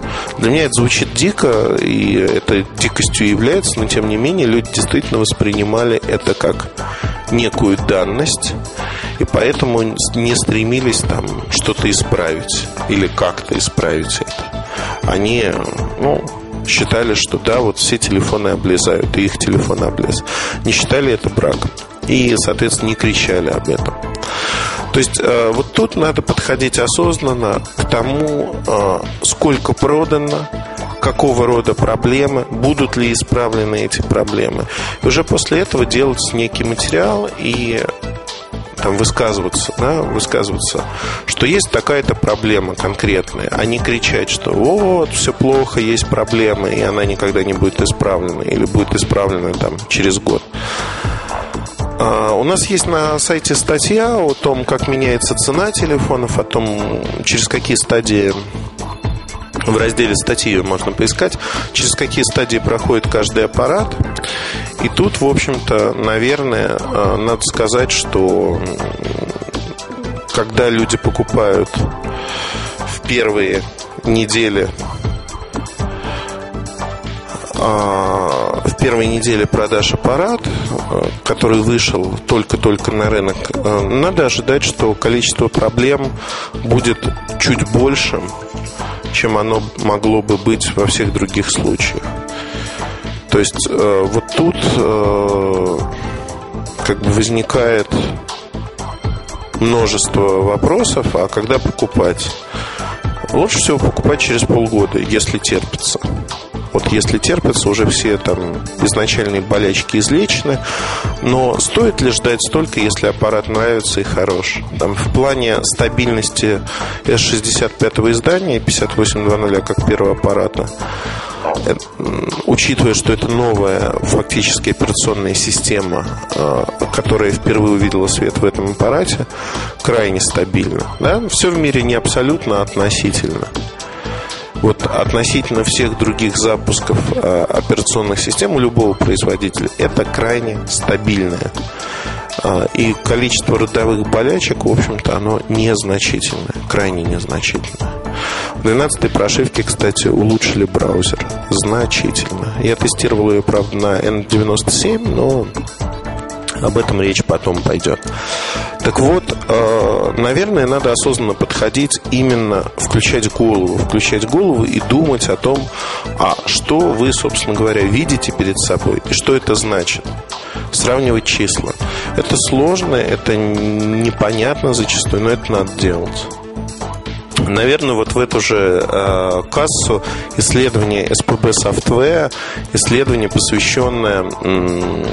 Для меня это звучит дико, и это дикостью является, но тем не менее люди действительно воспринимали это как некую данность, и поэтому не стремились там что-то исправить или как-то исправить это. Они, ну, считали, что да, вот все телефоны облезают, и их телефон облез. Не считали это браком. И, соответственно, не кричали об этом. То есть вот тут надо подходить осознанно к тому, сколько продано, какого рода проблемы, будут ли исправлены эти проблемы. И уже после этого делать некий материал и там высказываться, да, высказываться, что есть такая-то проблема конкретная, а не кричать, что вот, все плохо, есть проблема, и она никогда не будет исправлена, или будет исправлена там через год. У нас есть на сайте статья о том, как меняется цена телефонов, о том, через какие стадии, в разделе статьи можно поискать, через какие стадии проходит каждый аппарат. И тут, в общем-то, наверное, надо сказать, что когда люди покупают в первые недели в первой неделе продаж аппарат, который вышел только-только на рынок, надо ожидать, что количество проблем будет чуть большим, чем оно могло бы быть во всех других случаях. То есть вот тут как бы возникает множество вопросов, а когда покупать? Лучше всего покупать через полгода, если терпится. Вот если терпится, уже все там изначальные болячки излечены. Но стоит ли ждать столько, если аппарат нравится и хорош? Там в плане стабильности эс шестьдесят пятого издания пятьдесят восемь двадцать как первого аппарата, учитывая, что это новая фактически операционная система, которая впервые увидела свет в этом аппарате, крайне стабильно, да? Все в мире не абсолютно, а относительно. Вот относительно всех других запусков э, операционных систем у любого производителя это крайне стабильное. Э, и количество родовых болячек, в общем-то, оно незначительное, крайне незначительное. В двенадцатой прошивке, кстати, улучшили браузер значительно. Я тестировал ее, правда, на эн девяносто семь, но об этом речь потом пойдет. Так вот, наверное, надо осознанно подходить, именно включать голову, включать голову и думать о том, а что вы, собственно говоря, видите перед собой и что это значит. Сравнивать числа. Это сложно, это непонятно зачастую, но это надо делать. Наверное, вот в эту же э, кассу исследование эс пэ бэ Software, исследование, посвященное м-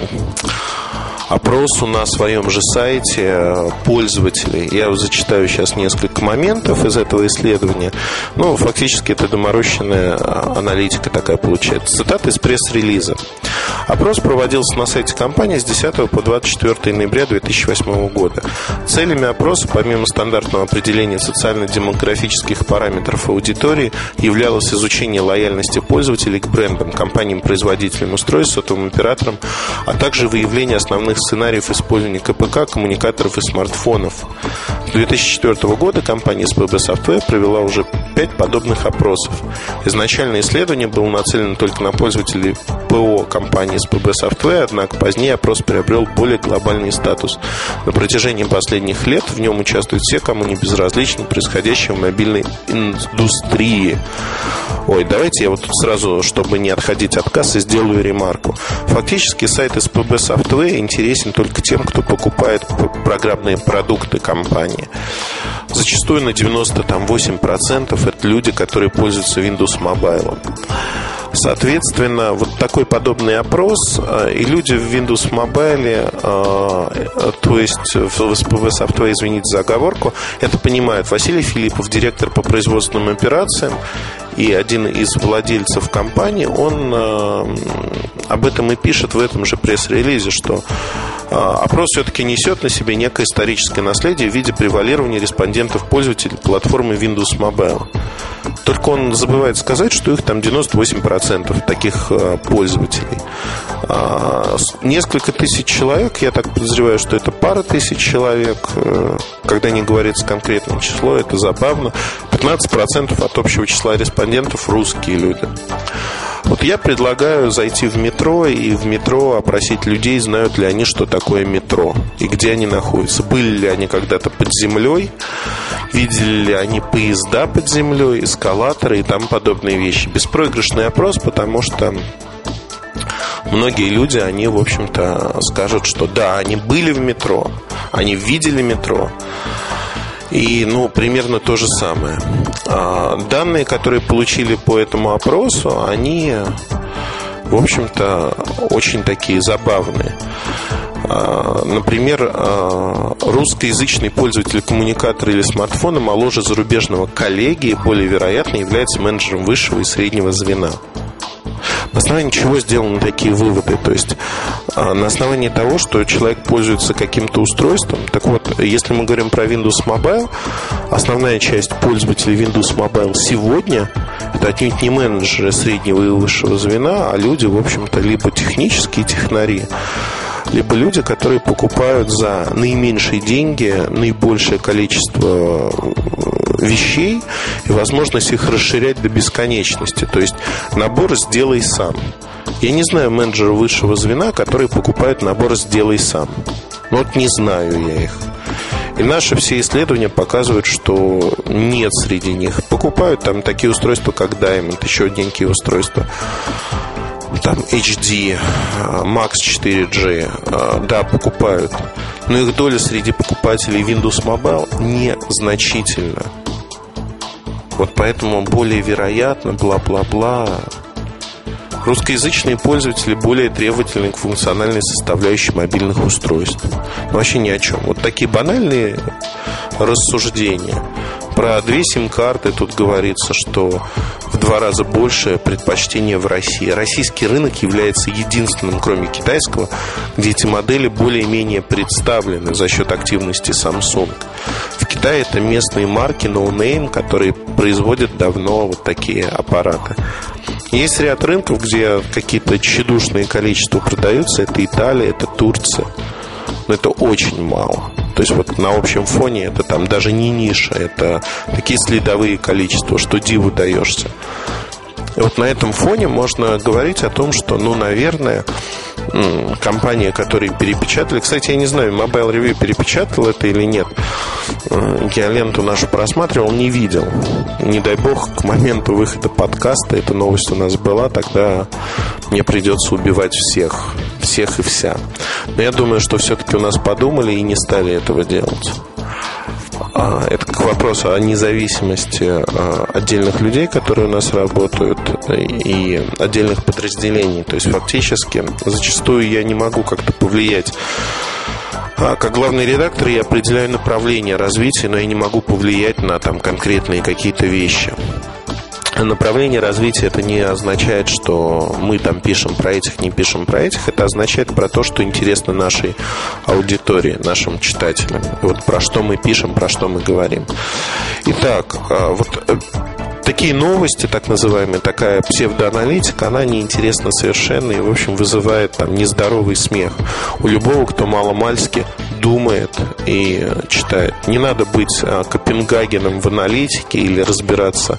опросу на своем же сайте пользователей. Я зачитаю сейчас несколько моментов из этого исследования. Ну, фактически это доморощенная аналитика такая получается. Цитата из пресс-релиза. Опрос проводился на сайте компании с десятого по двадцать четвёртое ноября две тысячи восьмого года. Целями опроса, помимо стандартного определения социально-демографических параметров аудитории, являлось изучение лояльности пользователей к брендам, компаниям-производителям устройств, сотовым операторам, а также выявление основных сценариев использования ка пэ ка, коммуникаторов и смартфонов. С две тысячи четвёртого года компания эс пэ бэ Software провела уже пять подобных опросов. Изначально исследование было нацелено только на пользователей ПО компании эс пэ бэ Software, однако позднее опрос приобрел более глобальный статус. На протяжении последних лет в нем участвуют все, кому не безразлично происходящее в мобильной индустрии. Ой, давайте я вот тут сразу, чтобы не отходить от кассы, сделаю ремарку. Фактически сайт эс пэ бэ Software интересен только тем, кто покупает программные продукты компании. Зачастую на девяносто восемь процентов это люди, которые пользуются Windows Mobile. Соответственно, вот такой подобный опрос, и люди в Windows Mobile, то есть в эс пэ бэ Software, извините за оговорку, это понимают. Василий Филиппов, директор по производственным операциям и один из владельцев компании, он об этом и пишет в этом же пресс-релизе, что опрос все-таки несет на себе некое историческое наследие в виде превалирования респондентов-пользователей платформы Windows Mobile. Только он забывает сказать, что их там девяносто восемь процентов таких пользователей. Несколько тысяч человек, я так подозреваю, что это пара тысяч человек. Когда не говорится конкретное число, это забавно, пятнадцать процентов от общего числа респондентов русские люди. Вот я предлагаю зайти в метро и в метро опросить людей, знают ли они, что такое метро и где они находятся. Были ли они когда-то под землей, видели ли они поезда под землей, эскалаторы и тому подобные вещи. Беспроигрышный опрос, потому что многие люди, они, в общем-то, скажут, что да, они были в метро, они видели метро. И, ну, примерно то же самое. Данные, которые получили по этому опросу, они, в общем-то, очень такие забавные. Например, русскоязычный пользователь коммуникатора или смартфона моложе зарубежного коллеги и более вероятно является менеджером высшего и среднего звена. На основании чего сделаны такие выводы? То есть на основании того, что человек пользуется каким-то устройством. Так вот, если мы говорим про Windows Mobile, основная часть пользователей Windows Mobile сегодня это отнюдь не менеджеры среднего и высшего звена, а люди, в общем-то, либо технические технари, либо люди, которые покупают за наименьшие деньги наибольшее количество вещей и возможность их расширять до бесконечности. То есть набор «сделай сам». Я не знаю менеджера высшего звена, который покупает набор «сделай сам». Ну вот не знаю я их. И наши все исследования показывают, что нет среди них. Покупают там такие устройства, как Diamond, еще одненькие устройства, там эйч ди, Max четыре джи, да, покупают. Но их доля среди покупателей Windows Mobile незначительна. Вот поэтому более вероятно, бла-бла-бла. Русскоязычные пользователи более требовательны к функциональной составляющей мобильных устройств. Но вообще ни о чем. Вот такие банальные рассуждения. Про две сим-карты тут говорится, что в два раза больше предпочтения в России. Российский рынок является единственным, кроме китайского, где эти модели более-менее представлены за счет активности Samsung. В Китае это местные марки No Name, которые производят давно вот такие аппараты. Есть ряд рынков, где какие-то тщедушные количества продаются. Это Италия, это Турция. Но это очень мало. То есть вот на общем фоне это там даже не ниша. Это такие следовые количества, что диву даешься. И вот на этом фоне можно говорить о том, что, ну, наверное, компании, которые перепечатали... Кстати, я не знаю, Mobile Review перепечатал это или нет. Я ленту нашу просматривал, не видел. Не дай бог, к моменту выхода подкаста эта новость у нас была, тогда мне придется убивать всех. Всех и вся. Но я думаю, что все-таки у нас подумали и не стали этого делать. Это к вопросу о независимости отдельных людей, которые у нас работают, и отдельных подразделений. То есть фактически зачастую я не могу как-то повлиять. Как главный редактор я определяю направление развития, но я не могу повлиять на там конкретные какие-то вещи. Направление развития — это не означает, что мы там пишем про этих, не пишем про этих. Это означает про то, что интересно нашей аудитории, нашим читателям. И вот про что мы пишем, про что мы говорим. Итак, вот такие новости, так называемые, такая псевдоаналитика, она неинтересна совершенно и, в общем, вызывает там нездоровый смех у любого, кто маломальски думает и читает. Не надо быть Копенгагеном в аналитике или разбираться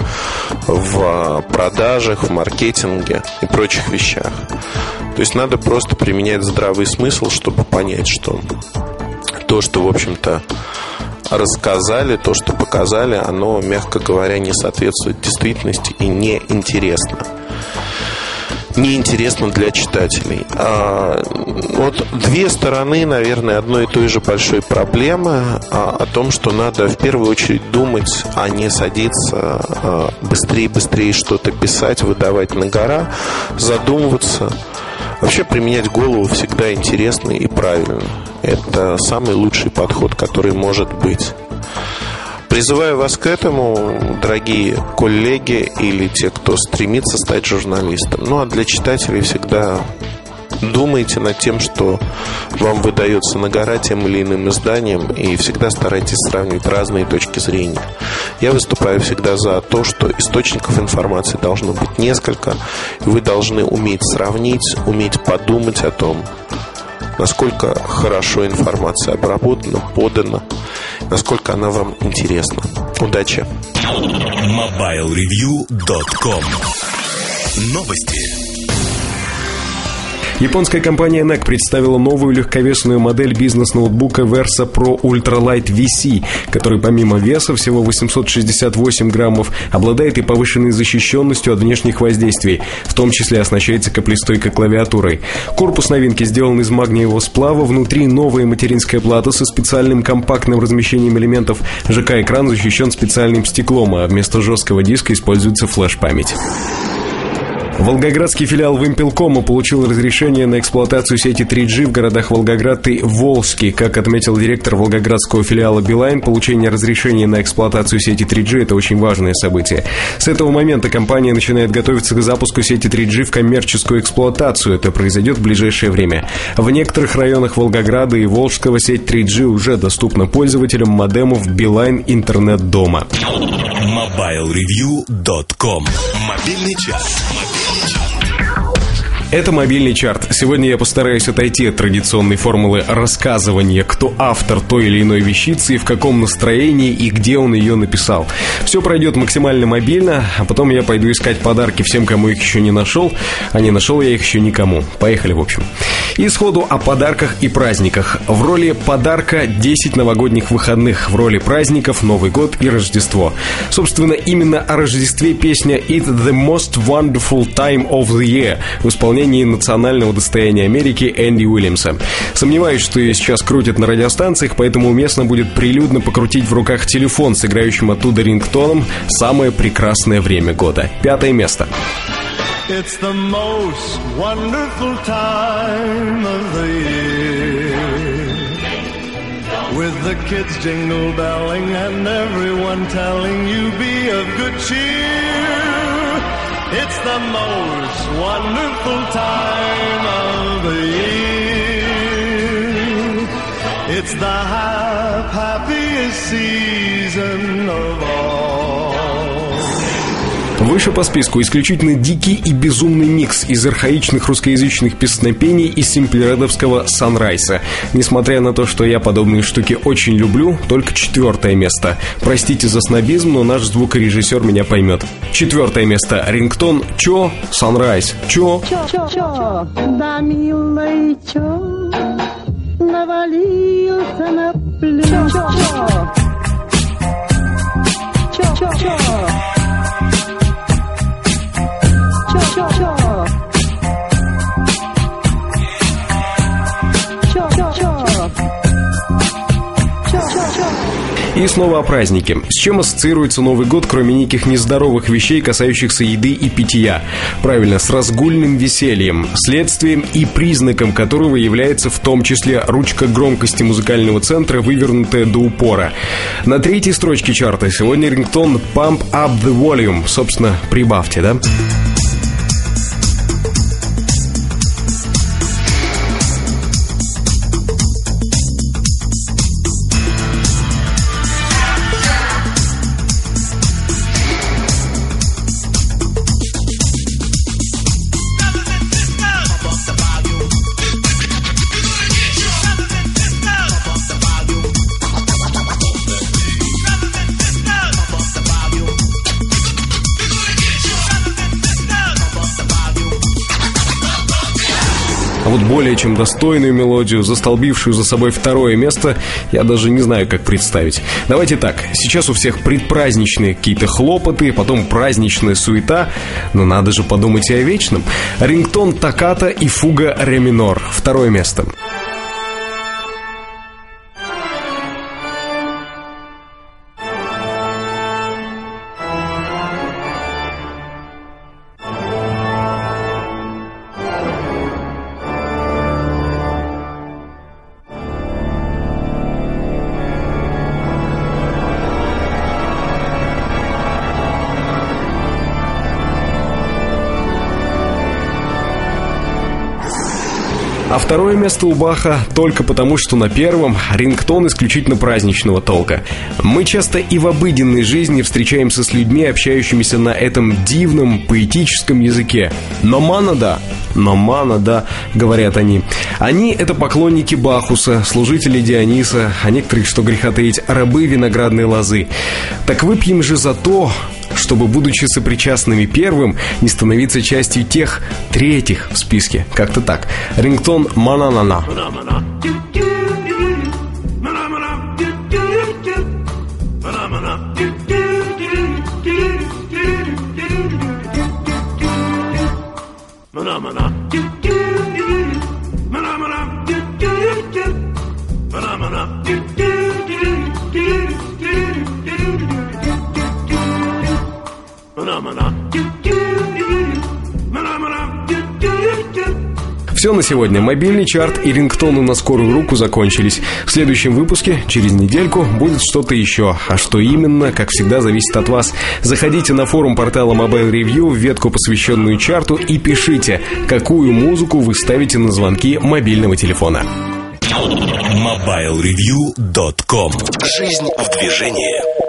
в продажах, в маркетинге и прочих вещах. То есть надо просто применять здравый смысл, чтобы понять, что то, что, в общем-то, рассказали, то, что показали, оно, мягко говоря, не соответствует действительности и неинтересно. Неинтересно для читателей. А, вот две стороны, наверное, одной и той же большой проблемы а, о том, что надо в первую очередь думать, а не садиться а, быстрее, быстрее что-то писать, выдавать на гора, задумываться. Вообще применять голову всегда интересно и правильно. Это самый лучший подход, который может быть. Призываю вас к этому, дорогие коллеги или те, кто стремится стать журналистом. Ну а для читателей всегда думайте над тем, что вам выдается на гора тем или иным изданием, и всегда старайтесь сравнивать разные точки зрения. Я выступаю всегда за то, что источников информации должно быть несколько, и вы должны уметь сравнить, уметь подумать о том, насколько хорошо информация обработана, подана, насколько она вам интересна. Удачи! мобайл ревью точка ком. Новости. Японская компания эн и си представила новую легковесную модель бизнес-ноутбука Versa Pro Ultralight ви си, который помимо веса всего восемьсот шестьдесят восемь граммов, обладает и повышенной защищенностью от внешних воздействий, в том числе оснащается каплестойкой клавиатурой. Корпус новинки сделан из магниевого сплава, внутри новая материнская плата со специальным компактным размещением элементов, ЖК-экран защищен специальным стеклом, а вместо жесткого диска используется флеш-память. Волгоградский филиал Вимпелкома получил разрешение на эксплуатацию сети три джи в городах Волгоград и Волжский. Как отметил директор волгоградского филиала Билайн, получение разрешения на эксплуатацию сети три джи – это очень важное событие. С этого момента компания начинает готовиться к запуску сети три джи в коммерческую эксплуатацию. Это произойдет в ближайшее время. В некоторых районах Волгограда и Волжского сеть три джи уже доступна пользователям модемов Билайн интернет-дома. мобайл ревью точка ком. Мобильный час. Это мобильный чарт. Сегодня я постараюсь отойти от традиционной формулы рассказывания, кто автор той или иной вещицы, в каком настроении и где он ее написал. Все пройдет максимально мобильно, а потом я пойду искать подарки всем, кому их еще не нашел, а не нашел я их еще никому. Поехали, в общем. И сходу о подарках и праздниках. В роли подарка десять новогодних выходных, в роли праздников Новый год и Рождество. Собственно, именно о Рождестве песня «It's the most wonderful time of the year» в исполнении национального достояния Америки Энди Уильямса. Сомневаюсь, что ее сейчас крутят на радиостанциях, поэтому уместно будет прилюдно покрутить в руках телефон с играющим оттуда рингтоном «Самое прекрасное время года». Пятое место. It's the most wonderful time of the year, with the kids jingle belling and everyone telling you be of good cheer. It's the most wonderful time of the year. It's the hap- happiest season of all. Выше по списку исключительно дикий и безумный микс из архаичных русскоязычных песнопений и симплередовского санрайса. Несмотря на то, что я подобные штуки очень люблю, только четвертое место. Простите за снобизм, но наш звукорежиссер меня поймет. Четвертое место. Рингтон «Чё?» Санрайз. Чё? Чё, чё, да, милый, чё, навалился на плечо. Чё, чё, чё. И снова о празднике. С чем ассоциируется Новый год, кроме неких нездоровых вещей, касающихся еды и питья? Правильно, с разгульным весельем, следствием и признаком которого является в том числе ручка громкости музыкального центра, вывернутая до упора. На третьей строчке чарта сегодня рингтон «Pump Up The Volume». Собственно, прибавьте, да? А вот более чем достойную мелодию, застолбившую за собой второе место, я даже не знаю, как представить. Давайте так, сейчас у всех предпраздничные какие-то хлопоты, потом праздничная суета, но надо же подумать и о вечном. Рингтон «Токкато» и фуга «Ре минор». Второе место. А Второе место у Баха только потому, что на первом рингтон исключительно праздничного толка. Мы часто и в обыденной жизни встречаемся с людьми, общающимися на этом дивном поэтическом языке. Но мана да, но мана да, говорят они. Они — это поклонники Бахуса, служители Диониса, а некоторые, что греха таить, рабы виноградной лозы. Так выпьем же за то, чтобы, будучи сопричастными первым, не становиться частью тех третьих в списке. Как-то так. Рингтон «Мананана». Все на сегодня. Мобильный чарт и рингтоны на скорую руку закончились. В следующем выпуске, через недельку, будет что-то еще. А что именно, как всегда, зависит от вас. Заходите на форум портала Mobile Review, в ветку, посвященную чарту, и пишите, какую музыку вы ставите на звонки мобильного телефона. мобайл ревью точка ком. Жизнь в движении.